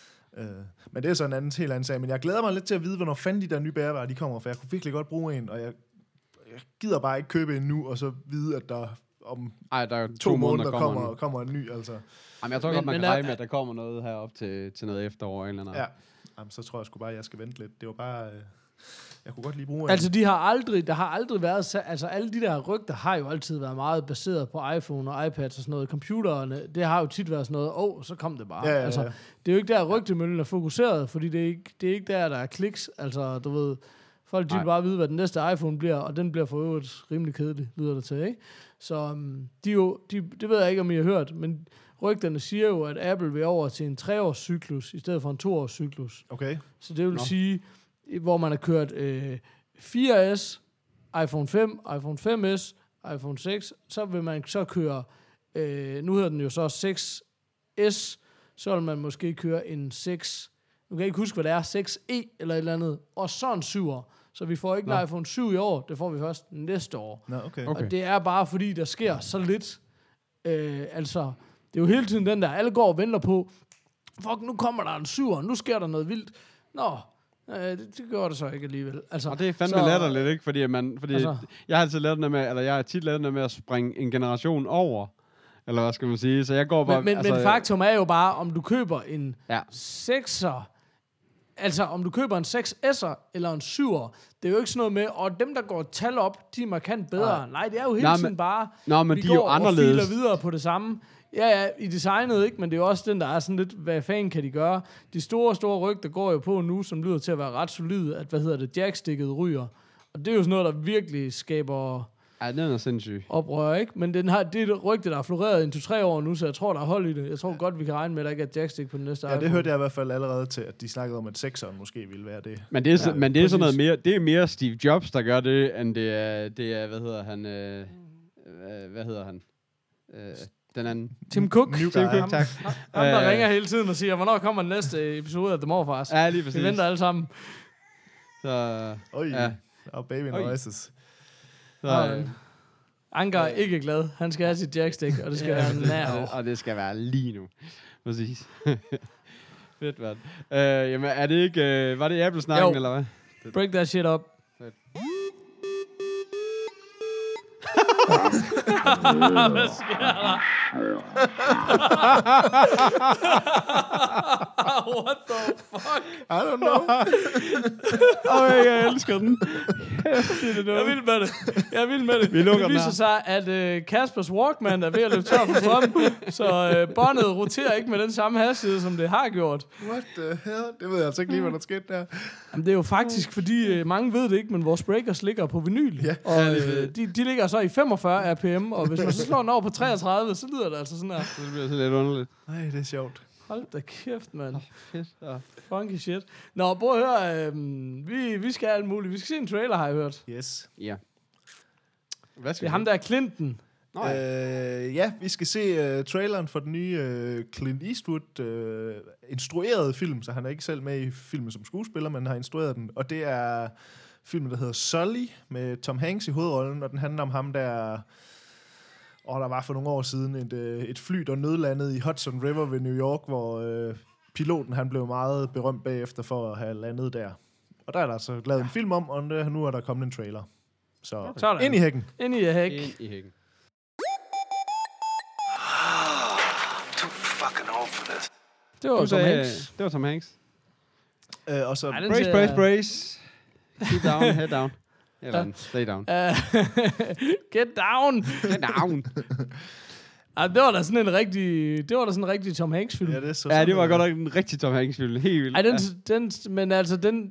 Men det er så en helt anden sag, men jeg glæder mig lidt til at vide, hvornår fanden de der nye bærevarer, de kommer, for jeg kunne virkelig godt bruge en, og jeg gider bare ikke købe en nu, og så vide, at der om der er 2 måneder kommer en ny, altså. Jamen, jeg tror godt, man kan regne med, at der kommer noget herop til noget efterår eller noget. Ja, jamen, så tror jeg sgu bare, at jeg skal vente lidt. Det var bare... jeg kunne godt lige bruge altså, der har aldrig været... Altså, alle de der rygter har jo altid været meget baseret på iPhone og iPads og sådan noget. Computerne, det har jo tit været sådan noget, så kom det bare. Ja. Altså, det er jo ikke der, rygtemøllen er fokuseret, fordi det er ikke der er kliks. Altså, du ved... Folk vil bare vide, hvad den næste iPhone bliver, og den bliver for øvrigt rimelig kedelig, lyder det til, ikke? Så det ved jeg ikke, om I har hørt, men rygterne siger jo, at Apple vil over til en 3-års cyklus, i stedet for en 2-års cyklus. Okay. Så det vil sige, hvor man har kørt 4S, iPhone 5, iPhone 5S, iPhone 6, så vil man så køre, nu hedder den jo så 6S, så vil man måske køre en 6, nu kan jeg ikke huske, hvad det er, 6E eller et eller andet, og så en 7'er. Så vi får ikke en iPhone 7 i år, det får vi først næste år. Okay. Og det er bare fordi, der sker så lidt. Altså, det er jo hele tiden den der, alle går og venter på, fuck, nu kommer der en 7'er, nu sker der noget vildt. Nå, det gør det så ikke alligevel. Altså, og det er fandme latterligt, ikke? Fordi jeg har altid lavet det med, eller jeg har tit lavet det med at springe en generation over. Eller hvad skal man sige? Så jeg går bare... Men faktum er jo bare, om du køber en 6'er, altså om du køber en 6S'er eller en 7'er, det er jo ikke sådan noget med, og dem, der går tal op, de er markant bedre. Nej, det er jo hele tiden bare, men vi de går er jo anderledes. og filer videre på det samme. Ja, i designet, ikke? Men det er jo også den, der er sådan lidt, hvad fanden kan de gøre? De store rygter går jo på nu, som lyder til at være ret solide, at, jackstikket ryger. Og det er jo sådan noget, der virkelig skaber... Ja, den er sindssyg. Oprør, ikke? Men det er et rygte, der har floreret i 2-3 år nu, så jeg tror, der er hold i det. Jeg tror godt, vi kan regne med, at der ikke er jackstick på den næste iPhone. Det hørte jeg i hvert fald allerede til, at de snakkede om, at 6'eren måske ville være det. Men det er sådan noget mere, det er mere Steve Jobs, der gør det, end det er hvad hedder han? Den anden. Tim Cook. Tim Cook, tak. Ham, der ringer hele tiden og siger, hvornår kommer den næste episode af The Morfars? Ja, lige præcis. Vi venter alle sammen. Så... Og baby noises. Anker er ikke glad. Han skal have sit jackstick, og det skal være nær. Og det skal være lige nu. Præcis. Fedt, mand. Jamen, er det ikke... var det Apple-snakken, eller hvad? Break that shit up. Fedt. Hvad sker der? What the fuck? I don't know. Jeg elsker den. Jeg er vild med det. Det viser sig, at Kaspers Walkman er ved at løbe tør for strøm, så båndet roterer ikke med den samme hastighed, som det har gjort. What the hell? Det ved jeg altså ikke lige, hvad der skete der. Jamen, det er jo faktisk, fordi mange ved det ikke, men vores breakers ligger på vinyl. Ja. Og de ligger så i 45 rpm, og hvis man så slår den over på 33, så lyder det altså sådan her. Det bliver sådan lidt underligt. Nej, det er sjovt. Hold da kæft, mand. Fedt. Funky shit. Nå, prøv at høre. Vi skal alt muligt. Vi skal se en trailer, har jeg hørt. Yes. Ja. Hvad skal det er ham, der er Clinton. Ja, vi skal se traileren for den nye Clint Eastwood instruerede film, så han er ikke selv med i filmen som skuespiller, men har instrueret den. Og det er filmen, der hedder Sully, med Tom Hanks i hovedrollen, og den handler om ham, der... Og der var for nogle år siden et fly, der nødlandede i Hudson River ved New York, hvor piloten han blev meget berømt bagefter for at have landet der. Og der er der så lavet en film om, og nu er der kommet en trailer. Så sådan. Ind i hækken. Ind i hækken. Ind i hækken. Too fucking old for this. Det var Tom Hanks. Det var Tom Hanks. Og så... Brace. Keep down, head down. Eller stay down. Get down. Get down. Det var da sådan en rigtig Tom Hanks film. Ja, det, det var godt nok en rigtig Tom Hanks film. Helt vildt. Men altså den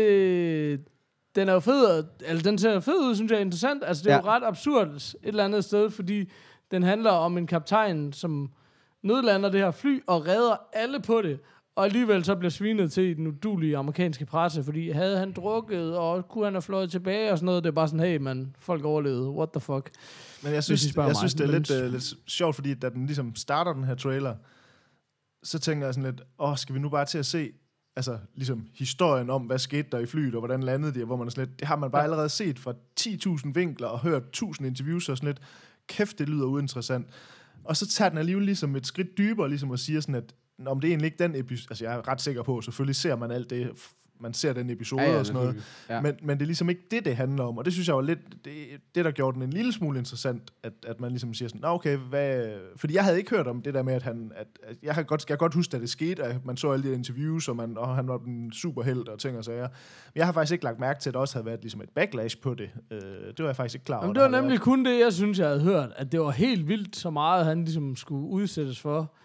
er jo fed, altså den ser fed ud, synes jeg er interessant. Altså det er jo ret absurd et eller andet sted, fordi den handler om en kaptajn, som nødlander det her fly og redder alle på det. Og alligevel så bliver svinet til i den udulige amerikanske presse, fordi havde han drukket, og kunne han have fløjet tilbage og sådan noget. Det er bare sådan, hey man, folk overlevede. What the fuck? Men jeg synes det er lidt sjovt, fordi da den ligesom starter den her trailer, så tænker jeg sådan lidt, skal vi nu bare til at se altså ligesom historien om, hvad skete der i flyet, og hvordan landede de, hvor man sådan lidt, det har man bare allerede set fra 10.000 vinkler, og hørt 1.000 interviews, og sådan lidt, kæft, det lyder uinteressant. Og så tager den alligevel ligesom et skridt dybere, ligesom at sige sådan, at om det er egentlig ikke den episode, altså jeg er ret sikker på, selvfølgelig ser man alt det, man ser den episode og sådan noget, men det er ligesom ikke det handler om, og det synes jeg var lidt, det der gjorde den en lille smule interessant, at man ligesom siger sådan, okay, fordi jeg havde ikke hørt om det der med, at jeg kan godt huske, at det skete, at man så alle de interviews, og han var en superhelt og ting og sager, men jeg har faktisk ikke lagt mærke til, at der også havde været ligesom et backlash på det. Det var jeg faktisk ikke klar over. Men det var nemlig kun det, jeg synes, jeg havde hørt, at det var helt vildt så meget, han ligesom skulle udsættes for,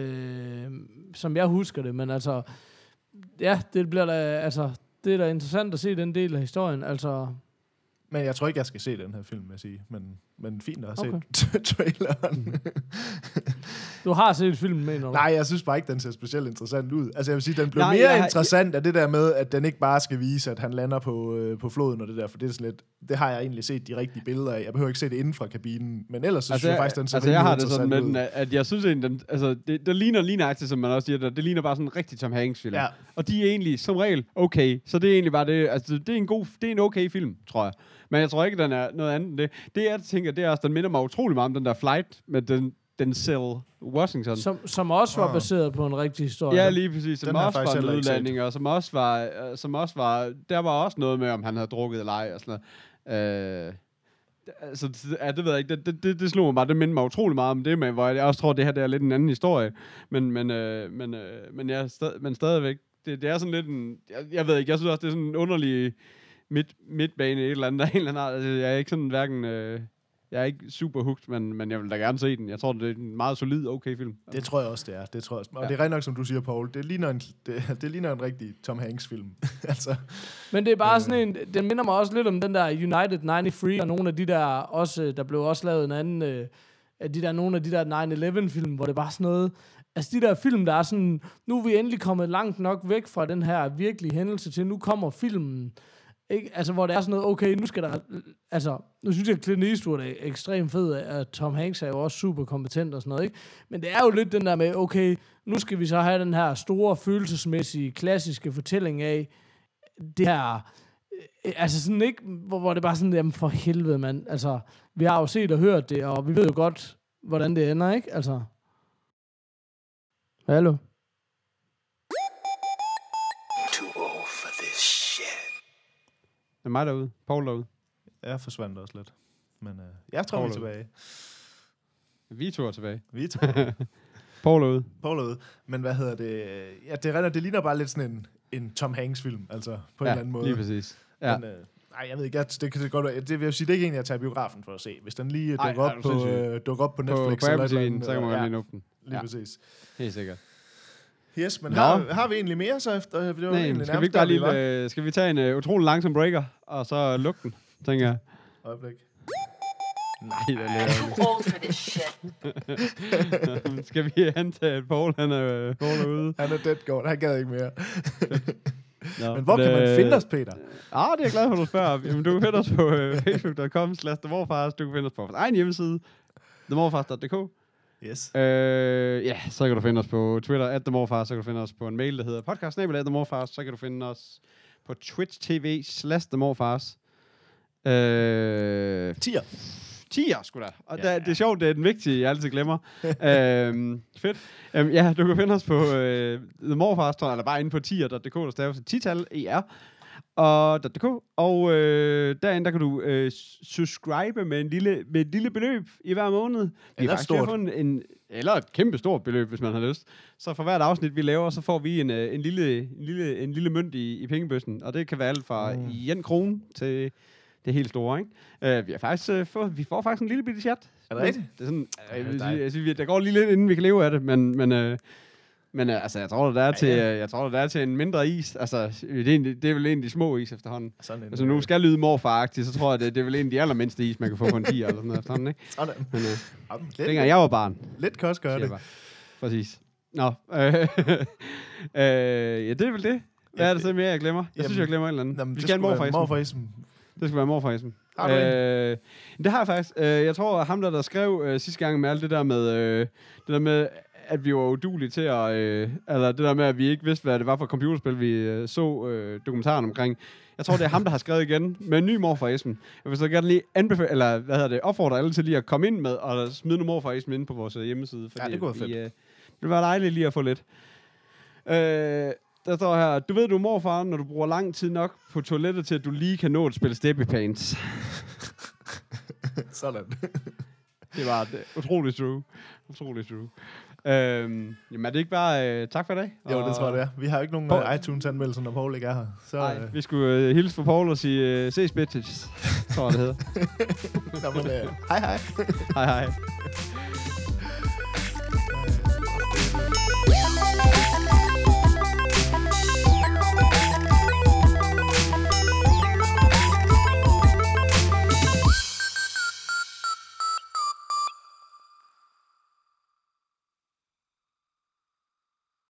som jeg husker det, men altså ja, det bliver da, altså det er da interessant at se den del af historien, altså. Men jeg tror ikke, jeg skal se den her film, vil jeg sige. Men fint at have set traileren. Du har set filmen, mener du? Nej, jeg synes bare ikke, den ser specielt interessant ud. Altså jeg vil sige, den blev interessant af det der med, at den ikke bare skal vise, at han lander på floden og det der, for det er sådan lidt, det har jeg egentlig set de rigtige billeder af. Jeg behøver ikke se det inden fra kabinen, men ellers så synes jeg faktisk, den ser jeg har det sådan med den, at jeg synes egentlig, det ligner lignagtigt, som man også siger, det ligner bare sådan en rigtig Tom Hanks film. Ja. Og de er egentlig som regel okay, så det er egentlig bare det, altså det er en okay film, tror jeg. Men jeg tror ikke, den er noget andet end det. Det, jeg tænker, det er også, den minder mig utrolig meget om den der Flight med Denzel Washington. Som også var baseret på en rigtig historie. Ja, lige præcis. Som også var en udlanding, og som også var, der var også noget med, om han havde drukket eller ej, og sådan noget. Det ved jeg ikke. Det slog mig bare. Det minder mig utrolig meget om det, men hvor jeg også tror, det her det er lidt en anden historie. Men stadigvæk. Det er sådan lidt en... Jeg ved ikke, jeg synes også, det er sådan en underlig... midtbane et eller andet af en eller anden art. Altså, jeg er ikke sådan hverken... jeg er ikke super hooked, men jeg vil da gerne se den. Jeg tror, det er en meget solid, okay film. Det tror jeg også, det er. Det tror jeg også. Og det er rent nok, som du siger, Paul. Det ligner en rigtig Tom Hanks-film. Altså. Men det er bare sådan en... Den minder mig også lidt om den der United 93, og nogle af de der også... Der blev også lavet en anden... nogle af de der 9/11-film, hvor det er bare sådan noget... Altså de der film, der er sådan... Nu er vi endelig kommet langt nok væk fra den her virkelige hændelse til, nu kommer filmen... Ikke? Altså, hvor det er sådan noget, okay, nu skal der... Altså, nu synes jeg, at Clint Eastwood er ekstremt fed, at Tom Hanks er jo også super kompetent og sådan noget, ikke? Men det er jo lidt den der med, okay, nu skal vi så have den her store, følelsesmæssige, klassiske fortælling af det her... Altså sådan ikke, hvor det bare sådan, jamen for helvede, mand. Altså, vi har jo set og hørt det, og vi ved jo godt, hvordan det ender, ikke? Altså... Hallo? Det er mig derude. Paul derude. Jeg forsvandt også lidt. Men jeg tror, vi er tilbage. Vi to er tilbage. Paul derude. Men hvad hedder det? Ja, det ligner bare lidt sådan en Tom Hanks-film, altså på en eller anden måde. Lige præcis. Ja. Men, jeg ved ikke, det kan det godt være. Det vil jeg sige, det er ikke en, jeg tager i biografen for at se. Hvis den lige dukker op på Netflix. På Apple TV'en, så kan man godt lige nuppe den. Lige præcis. Helt sikkert. Yes, men har vi egentlig mere så efter? Det var nej, skal vi ikke bare lige... Skal vi tage en utrolig langsom breaker, og så lukke den, tænker jeg. Øjeblik. Nej, det er lidt skal vi antage, at Paul er ude? Han er dead goat, han gad ikke mere. Men hvor kan man finde os, Peter? Det er jeg glad for, at du spørger. Jamen, du kan finde os på facebook.com/themorfars. Du kan finde os på vores egen hjemmeside, themorfars.dk. Yes. Så kan du finde os på Twitter @themorfars, så kan du finde os på en mail, der hedder podcast@themorfars, så kan du finde os på Twitch TV /themorfars. 10'er, sgu da. Og det er sjovt, det er den vigtige, jeg altid glemmer. Fedt. Ja, du kan finde os på The Morfars, eller bare inde på 10'er.dk, der staves til 10-tal, ER. Og derinde, der kan du subscribe med et lille beløb i hver måned. Eller et stort. Eller et kæmpe stort beløb, hvis man har lyst. Så for hvert afsnit, vi laver, så får vi en lille mønt i pengebøssen. Og det kan være alt fra 1 krone til det helt store, ikke? Vi får faktisk en lille bitte chat. Er det rigtigt? Det er sådan, der går lige lidt, inden vi kan leve af det, men altså, jeg tror, der er til en mindre is. Altså, det er vel en af de små is efterhånden. Altså, nu skal lyde morfar-agtigt, så tror jeg, det er vel en af de allermindste is, man kan få på en 10'er eller sådan noget efterhånden, ikke? Sådan. Men dengang jeg var barn. Lidt kan også gøre det. Præcis. Nå. Ja, det er vel det. Hvad er det så mere, jeg glemmer? Jeg synes, jeg glemmer et eller andet. Vi skal have morfarismen. Det skal være morfarismen. Har du det har jeg faktisk. Jeg tror, ham der skrev sidste gang med alt det der med at vi var udulige til at... eller det der med, at vi ikke vidste, hvad det var for computerspil, vi så dokumentaren omkring. Jeg tror, det er ham, der har skrevet igen med en ny morfarismen. Jeg vil så gerne lige opfordre alle til lige at komme ind med og smide nogle morfarismen inde på vores hjemmeside. Fordi det går fedt. Det vil være dejligt lige at få lidt. Der står her, du ved, du er morfar, når du bruger lang tid nok på toilettet til, at du lige kan nå at spille Step i Pants. Sådan. Det var utroligt true. Jamen er det ikke bare tak for i dag? Jo, det tror jeg det er. Vi har ikke nogen iTunes-anmeldelser, når Paul ikke er her. Nej, vi skulle hilse for Paul og sige, ses bitches, tror jeg det hedder. Nå, men, hej hej. Hej hej.